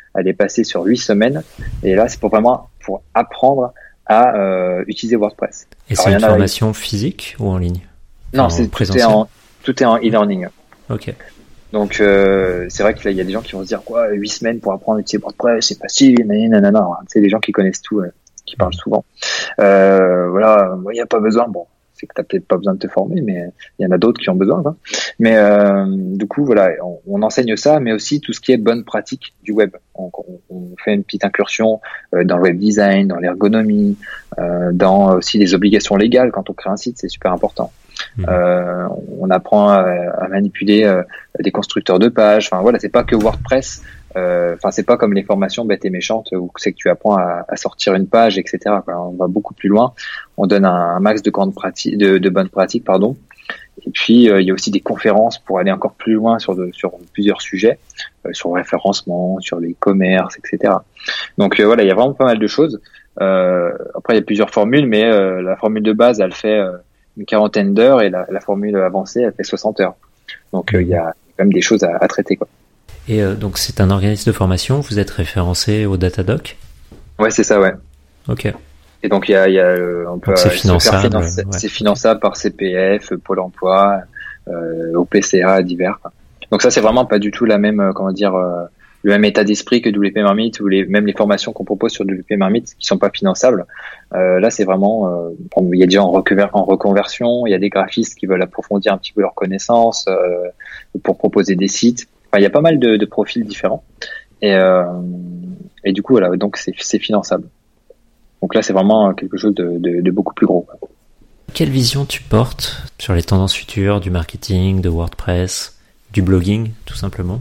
elle est passée sur huit semaines. Et là, c'est pour vraiment pour apprendre à euh, utiliser WordPress.
Et
Alors,
c'est une
a-
formation physique ou en ligne?
Non,
En
c'est tout est
présentiel?
en tout est en e-learning.
Ok.
Donc euh, c'est vrai qu'il y a des gens qui vont se dire quoi, huit semaines pour apprendre à utiliser WordPress, c'est facile, nanana. C'est des gens qui connaissent tout, euh, qui parlent souvent. Euh, voilà, il n'y a pas besoin. Bon, c'est que t'as peut-être pas besoin de te former, mais il y en a d'autres qui ont besoin. Hein. Mais euh, du coup, voilà, on, on enseigne ça, mais aussi tout ce qui est bonne pratique du web. On, on, on fait une petite incursion euh, dans le web design, dans l'ergonomie, euh, dans aussi les obligations légales quand on crée un site, c'est super important. Mmh. Euh, on apprend à, à manipuler euh, des constructeurs de pages. Enfin voilà, c'est pas que WordPress. Euh, enfin c'est pas comme les formations bêtes et méchantes où c'est que tu apprends à, à sortir une page, et cetera. Enfin, on va beaucoup plus loin. On donne un, un max de grandes pratiques, de, de bonnes pratiques, pardon. Et puis euh, il y a aussi des conférences pour aller encore plus loin sur de, sur plusieurs sujets, euh, sur le référencement, sur les commerces, et cetera. Donc euh, voilà, il y a vraiment pas mal de choses. Euh, après il y a plusieurs formules, mais euh, la formule de base elle fait euh, une quarantaine d'heures et la, la formule avancée elle fait soixante heures. Donc il euh, y a quand même des choses à, à traiter quoi.
Et euh, donc c'est un organisme de formation, vous êtes référencé au Datadoc?
Ouais, c'est ça, ouais.
Ok.
Et donc il y a, il y a on peut
donc c'est finançable,
financer,
ouais.
C'est finançable par C P F, Pôle Emploi, euh, au P C A divers. Donc ça c'est vraiment pas du tout la même comment dire euh, le même état d'esprit que W P Marmite ou les même les formations qu'on propose sur W P Marmite qui sont pas finançables. Euh, là c'est vraiment euh, il y a des gens en, reconver- en reconversion, il y a des graphistes qui veulent approfondir un petit peu leurs connaissances euh, pour proposer des sites. Enfin, il y a pas mal de, de profils différents et euh, et du coup voilà donc c'est c'est finançable. Donc là c'est vraiment quelque chose de, de, de beaucoup plus gros.
Quelle vision tu portes sur les tendances futures du marketing, de WordPress, du blogging tout simplement?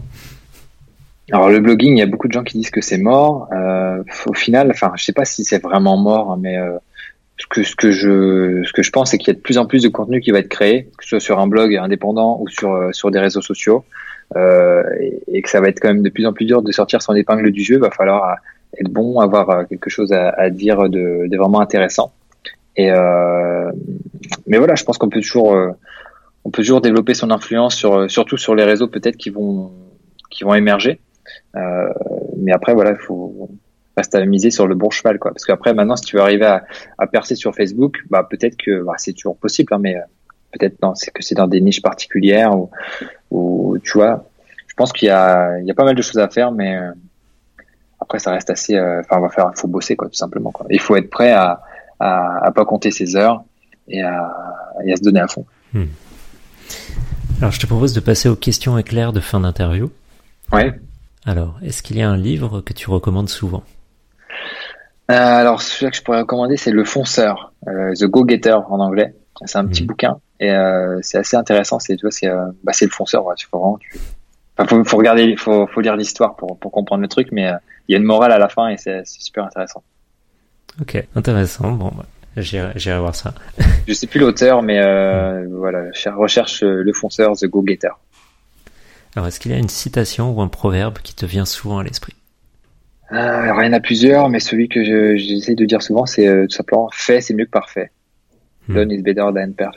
Alors le blogging, il y a beaucoup de gens qui disent que c'est mort. Euh, au final, enfin, je sais pas si c'est vraiment mort, mais euh, ce que ce que je ce que je pense, c'est qu'il y a de plus en plus de contenu qui va être créé, que ce soit sur un blog indépendant ou sur euh, sur des réseaux sociaux, euh, et, et que ça va être quand même de plus en plus dur de sortir son épingle du jeu. Il va falloir être bon, avoir quelque chose à, à dire de, de vraiment intéressant. Et euh, mais voilà, je pense qu'on peut toujours euh, on peut toujours développer son influence sur surtout sur les réseaux peut-être qui vont qui vont émerger. Euh, mais après voilà, il faut rester à miser sur le bon cheval quoi, parce qu'après maintenant si tu veux arriver à, à percer sur Facebook, bah peut-être que bah, c'est toujours possible hein, mais euh, peut-être non, c'est que c'est dans des niches particulières ou, ou tu vois, je pense qu'il y a il y a pas mal de choses à faire, mais euh, après ça reste assez enfin euh, on va faire faut bosser quoi tout simplement quoi. Il faut être prêt à à, à pas compter ses heures et à, et à se donner à fond.
Hmm. Alors je te propose de passer aux questions éclairs de fin d'interview.
Ouais.
Alors, est-ce qu'il y a un livre que tu recommandes souvent?
euh, Alors, celui que je pourrais recommander, c'est Le Fonceur, euh, The Go-Getter en anglais. C'est un petit mmh. bouquin et euh, c'est assez intéressant. C'est, tu vois, c'est, euh, bah, c'est le fonceur. Ouais, faut vraiment, tu... enfin, faut, faut regarder, faut, faut lire l'histoire pour pour comprendre le truc, mais il euh, y a une morale à la fin et c'est, c'est super intéressant.
Ok, intéressant. Bon, bah, j'irai, j'irai voir ça.
Je sais plus l'auteur, mais euh, mmh. voilà, recherche Le Fonceur, The Go-Getter.
Alors, est-ce qu'il y a une citation ou un proverbe qui te vient souvent à l'esprit?
euh, Alors, il y en a plusieurs, mais celui que je, j'essaie de dire souvent, c'est euh, tout simplement « fait, c'est mieux que parfait hmm. ». « Done is better than perfect ».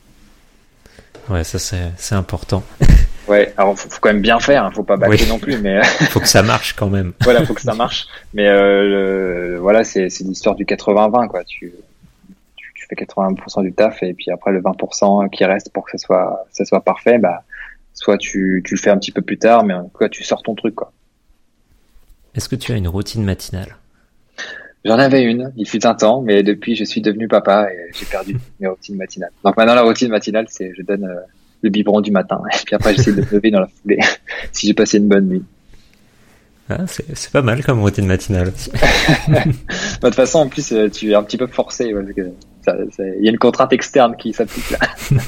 Ouais, ça, c'est, c'est important.
Ouais, alors faut, faut quand même bien faire, hein, faut pas bâcler oui. non plus, mais...
faut que ça marche quand même.
Voilà, faut que ça marche. Mais euh, le, voilà, c'est, c'est l'histoire du quatre-vingts vingt, quoi. Tu, tu, tu fais quatre-vingts pour cent du taf, et puis après, le vingt pour cent qui reste pour que ça soit, ça soit parfait, bah... soit tu, tu le fais un petit peu plus tard, mais en tout cas, tu sors ton truc, quoi.
Est-ce que tu as une routine matinale?
J'en avais une, il fut un temps, mais depuis, je suis devenu papa et j'ai perdu mes routines matinales. Donc maintenant, la routine matinale, c'est je donne euh, le biberon du matin et puis après, j'essaie de me lever dans la foulée si j'ai passé une bonne nuit.
Ah, c'est, c'est pas mal comme routine matinale.
De toute façon, en plus, tu es un petit peu forcé parce que ça, ça, y a une contrainte externe qui s'applique là.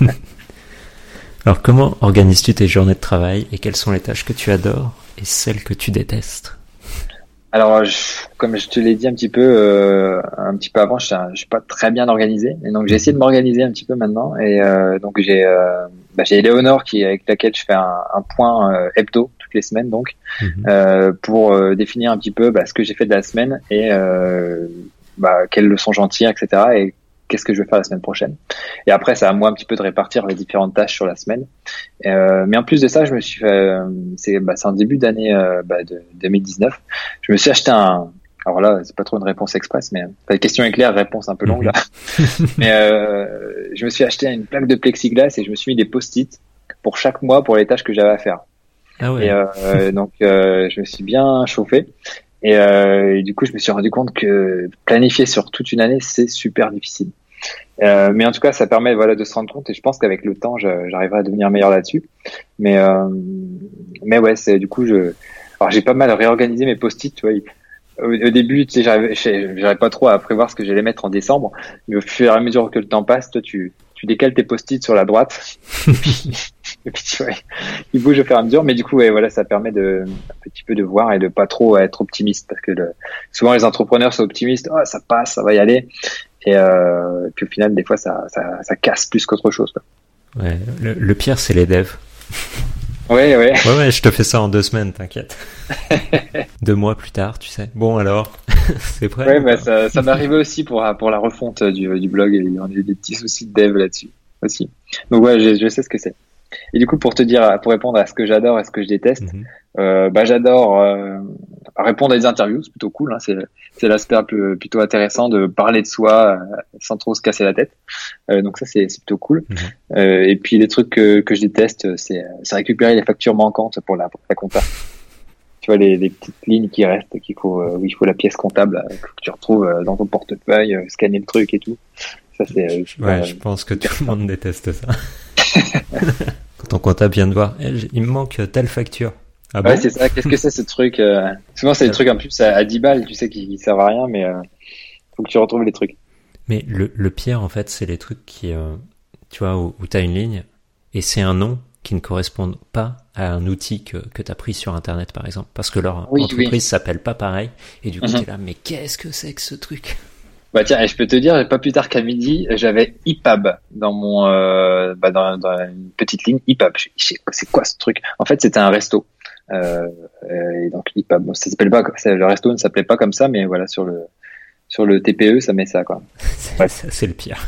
Alors, comment organises-tu tes journées de travail et quelles sont les tâches que tu adores et celles que tu détestes?
Alors, je, comme je te l'ai dit un petit peu, euh, un petit peu avant, je, je suis pas très bien organisé, et donc j'ai essayé de m'organiser un petit peu maintenant. Et euh, donc j'ai, euh, bah, j'ai Léonore qui avec laquelle je fais un, un point euh, hebdo toutes les semaines, donc mm-hmm. euh, pour euh, définir un petit peu bah, ce que j'ai fait de la semaine et euh, bah, quelles leçons j'en tire, et cetera. Et qu'est-ce que je vais faire la semaine prochaine. Et après, c'est à moi un petit peu de répartir les différentes tâches sur la semaine. Euh, mais en plus de ça, je me suis fait, euh, c'est, bah, c'est en début d'année euh, bah, de deux mille dix-neuf, je me suis acheté un, alors là, c'est pas trop une réponse express, mais enfin, question éclair, réponse un peu longue là. mais euh, je me suis acheté une plaque de plexiglas et je me suis mis des post-it pour chaque mois pour les tâches que j'avais à faire.
Ah ouais.
Et euh, donc, euh, je me suis bien chauffé. Et, euh, et du coup, je me suis rendu compte que planifier sur toute une année, c'est super difficile. Euh, mais en tout cas, ça permet voilà de se rendre compte. Et je pense qu'avec le temps, je, j'arriverai à devenir meilleur là-dessus. Mais euh, mais ouais, c'est du coup, je alors j'ai pas mal réorganisé mes post-it. Tu vois, au, au début, tu sais, j'arrivais, j'arrivais pas trop à prévoir ce que j'allais mettre en décembre. Mais au fur et à mesure que le temps passe, toi, tu tu décales tes post-it sur la droite. et puis, et puis tu vois, ils bougent au fur et à mesure. Mais du coup, ouais, voilà, ça permet de un petit peu de voir et de pas trop être optimiste, parce que le, souvent les entrepreneurs sont optimistes. Oh, ça passe, ça va y aller. Et euh, puis au final, des fois, ça, ça, ça casse plus qu'autre chose, quoi.
Ouais, le, le pire, c'est les devs.
Ouais, ouais.
Ouais, ouais, je te fais ça en deux semaines, t'inquiète. Deux mois plus tard, tu sais. Bon, alors, c'est prêt?
Ouais, bah, ça, ça m'est arrivé aussi pour, pour la refonte du, du blog. Il y a eu des petits soucis de dev là-dessus aussi. Donc ouais, je, je sais ce que c'est. Et du coup, pour te dire, pour répondre à ce que j'adore et ce que je déteste, mm-hmm. euh, bah j'adore euh, répondre à des interviews, c'est plutôt cool. Hein, c'est c'est l'aspect un peu plutôt intéressant de parler de soi euh, sans trop se casser la tête. Euh, donc ça, c'est c'est plutôt cool. Mm-hmm. Euh, et puis les trucs que que je déteste, c'est c'est récupérer les factures manquantes pour la pour la compta. Tu vois, les, les petites lignes qui restent, qu'il faut euh, où il faut la pièce comptable euh, que tu retrouves euh, dans ton portefeuille, euh, scanner le truc et tout. Ça c'est. Euh,
ouais, euh, je pense que tout le monde déteste ça. Quand ton comptable vient de voir, hey, il me manque telle facture. Ah bon?
Ouais, c'est ça. Qu'est-ce que c'est ce truc euh... Souvent, c'est des trucs en plus à, à dix balles, tu sais, qui, qui servent à rien, mais euh, faut que tu retrouves les trucs.
Mais le, le pire, en fait, c'est les trucs qui, euh, tu vois, où, où t'as une ligne et c'est un nom qui ne correspond pas à un outil que, que t'as pris sur Internet, par exemple, parce que leur oui, entreprise oui. s'appelle pas pareil, et du coup, mm-hmm. t'es là, mais qu'est-ce que c'est que ce truc?
Bah tiens, et je peux te dire, pas plus tard qu'à midi, j'avais I P A B dans mon, euh, bah dans, dans une petite ligne I P A B. Je, je sais, c'est quoi ce truc? En fait, c'était un resto. Euh, et donc I P A B, bon, ça s'appelle pas, le resto ne s'appelait pas comme ça, mais voilà, sur le sur le T P E, ça met ça, quoi.
c'est, ouais. ça, c'est le pire.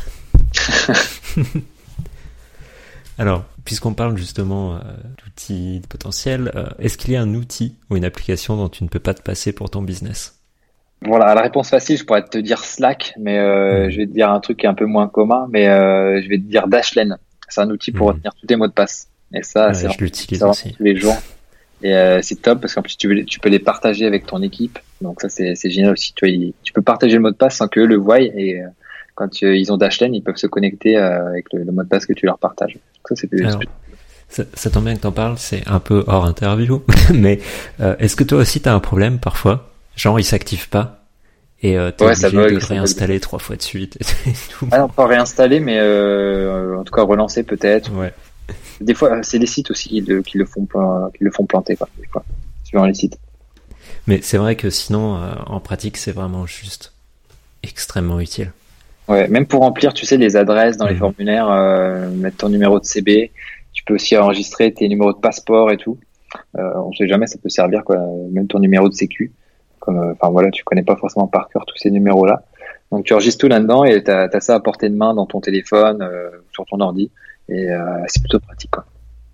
Alors, puisqu'on parle justement euh, d'outils potentiels, euh, est-ce qu'il y a un outil ou une application dont tu ne peux pas te passer pour ton business?
Voilà, la réponse facile, je pourrais te dire Slack, mais euh, mmh. je vais te dire un truc qui est un peu moins commun, mais euh, je vais te dire Dashlane. C'est un outil pour mmh. retenir tous tes mots de passe. Et ça,
ouais,
c'est
je l'utilise
ça
aussi
tous les jours. Et euh, c'est top parce qu'en plus tu, veux, tu peux les partager avec ton équipe. Donc ça, c'est, c'est génial aussi. Tu vois, ils, tu peux partager le mot de passe sans qu'eux le voient. Et euh, quand tu, ils ont Dashlane, ils peuvent se connecter euh, avec le, le mot de passe que tu leur partages. Donc ça, c'est plus.
Alors, ça, ça tombe bien que t'en parles. C'est un peu hors interview, mais euh, est-ce que toi aussi t'as un problème parfois? Genre, il s'active pas et euh, t'es
ouais,
obligé
bug,
de le réinstaller trois fois de suite et tout.
Ah non, pas réinstaller, mais euh, en tout cas relancer peut-être.
Ouais.
Des fois, c'est les sites aussi qui le, qui le font, qui le font planter, quoi. Des fois, suivant les sites.
Mais c'est vrai que sinon, euh, en pratique, c'est vraiment juste extrêmement utile.
Ouais, même pour remplir, tu sais, les adresses dans mmh. les formulaires, euh, mettre ton numéro de C B. Tu peux aussi enregistrer tes numéros de passeport et tout. Euh, on sait jamais, ça peut servir, quoi. Même ton numéro de sécu. Comme, enfin voilà, tu connais pas forcément par cœur tous ces numéros-là. Donc tu enregistres tout là-dedans et t'as, t'as ça à portée de main dans ton téléphone, euh, sur ton ordi. Et euh, c'est plutôt pratique, quoi.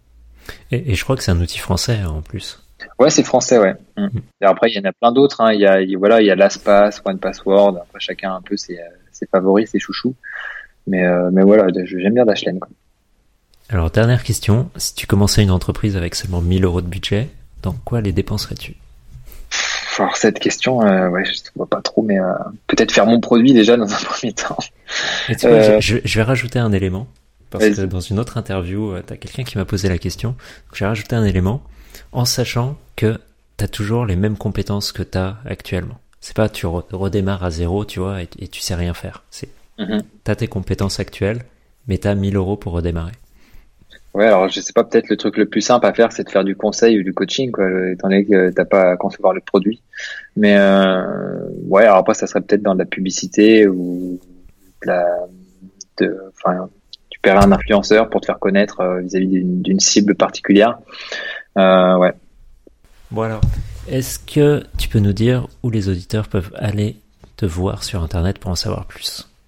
Et, et je crois que c'est un outil français en plus.
Ouais, c'est français, ouais. Mmh. Et après, il y en a plein d'autres. Hein. Il y a, il, voilà, il y a LastPass, OnePassword. Après, chacun un peu ses, ses favoris, ses chouchous. Mais, euh, mais voilà, j'aime bien Dashlane, quoi.
Alors, dernière question. Si tu commençais une entreprise avec seulement mille euros de budget, dans quoi les dépenserais-tu?
Alors, cette question, euh, ouais, je ne vois pas trop, mais euh, peut-être faire mon produit déjà dans un premier temps.
Et tu vois, euh... je, je vais rajouter un élément. Parce Vas-y. que dans une autre interview, euh, t'as quelqu'un qui m'a posé la question. Donc, j'ai rajouté un élément en sachant que t'as toujours les mêmes compétences que t'as actuellement. C'est pas tu re- redémarres à zéro, tu vois, et, et tu sais rien faire. C'est mm-hmm. t'as tes compétences actuelles, mais t'as mille euros pour redémarrer.
Ouais, alors je sais pas, peut-être le truc le plus simple à faire, c'est de faire du conseil ou du coaching, quoi, étant donné que t'as pas à concevoir le produit. Mais euh, ouais, alors après ça serait peut-être dans de la publicité ou de la, de, enfin, tu paierais un influenceur pour te faire connaître euh, vis-à-vis d'une, d'une cible particulière. Euh, ouais.
Bon alors, est-ce que tu peux nous dire où les auditeurs peuvent aller te voir sur Internet pour en savoir plus?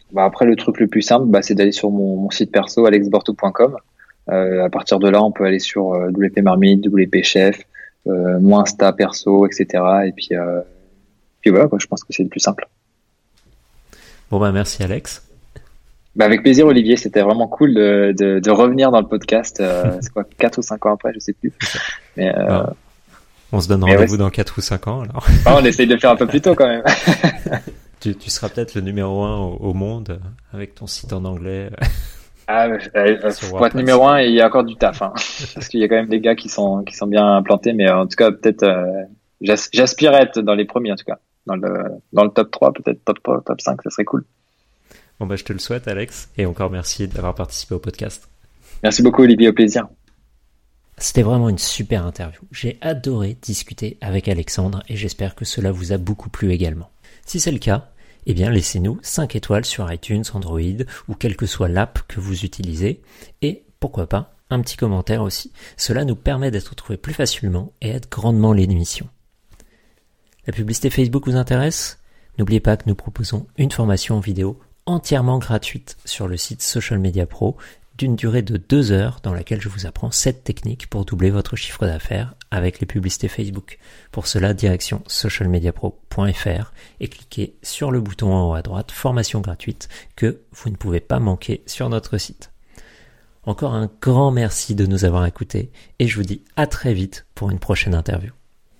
Bah après, le truc le plus simple, bah, c'est d'aller sur mon, mon site perso, alex borto point com. Euh, à partir de là, on peut aller sur euh, W P Marmite, W P Chef, euh, mon Insta perso, et cetera. Et puis, euh, puis voilà, quoi, je pense que c'est le plus simple.
Bon bah merci Alex.
Bah avec plaisir Olivier, c'était vraiment cool de, de, de revenir dans le podcast. Euh, c'est quoi, quatre ou cinq ans après, je sais plus. Mais euh,
Alors, on se donne rendez-vous ouais, dans quatre ou cinq ans alors.
Ah, on essaye de le faire un peu plus tôt quand même.
tu, tu seras peut-être le numéro un au, au monde avec ton site en anglais.
Ah, euh, euh, pour être numéro un, il y a encore du taf, hein. Parce qu'il y a quand même des gars qui sont qui sont bien implantés, mais en tout cas peut-être euh, j'as, j'aspire à être dans les premiers en tout cas, dans le dans le top trois, peut-être top trois, top cinq, ça serait cool.
Bon bah je te le souhaite Alex, et encore merci d'avoir participé au podcast.
Merci beaucoup Olivier, au plaisir.
C'était vraiment une super interview. J'ai adoré discuter avec Alexandre et j'espère que cela vous a beaucoup plu également. Si c'est le cas, eh bien laissez-nous cinq étoiles sur iTunes, Android ou quelle que soit l'app que vous utilisez et pourquoi pas un petit commentaire aussi. Cela nous permet d'être trouvés plus facilement et aide grandement l'émission. La publicité Facebook vous intéresse ? N'oubliez pas que nous proposons une formation en vidéo entièrement gratuite sur le site Social Media Pro d'une durée de deux heures dans laquelle je vous apprends sept techniques pour doubler votre chiffre d'affaires avec les publicités Facebook. Pour cela, direction social media pro point f r et cliquez sur le bouton en haut à droite formation gratuite que vous ne pouvez pas manquer sur notre site. Encore un grand merci de nous avoir écoutés et je vous dis à très vite pour une prochaine interview.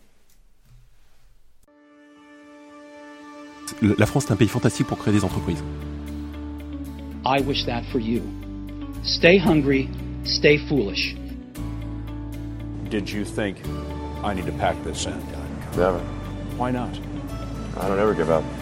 La France est un pays fantastique pour créer des entreprises.
I wish that for you. Stay hungry, stay foolish.
Did you think I need to pack this in?
Never.
Why not?
I don't ever give up.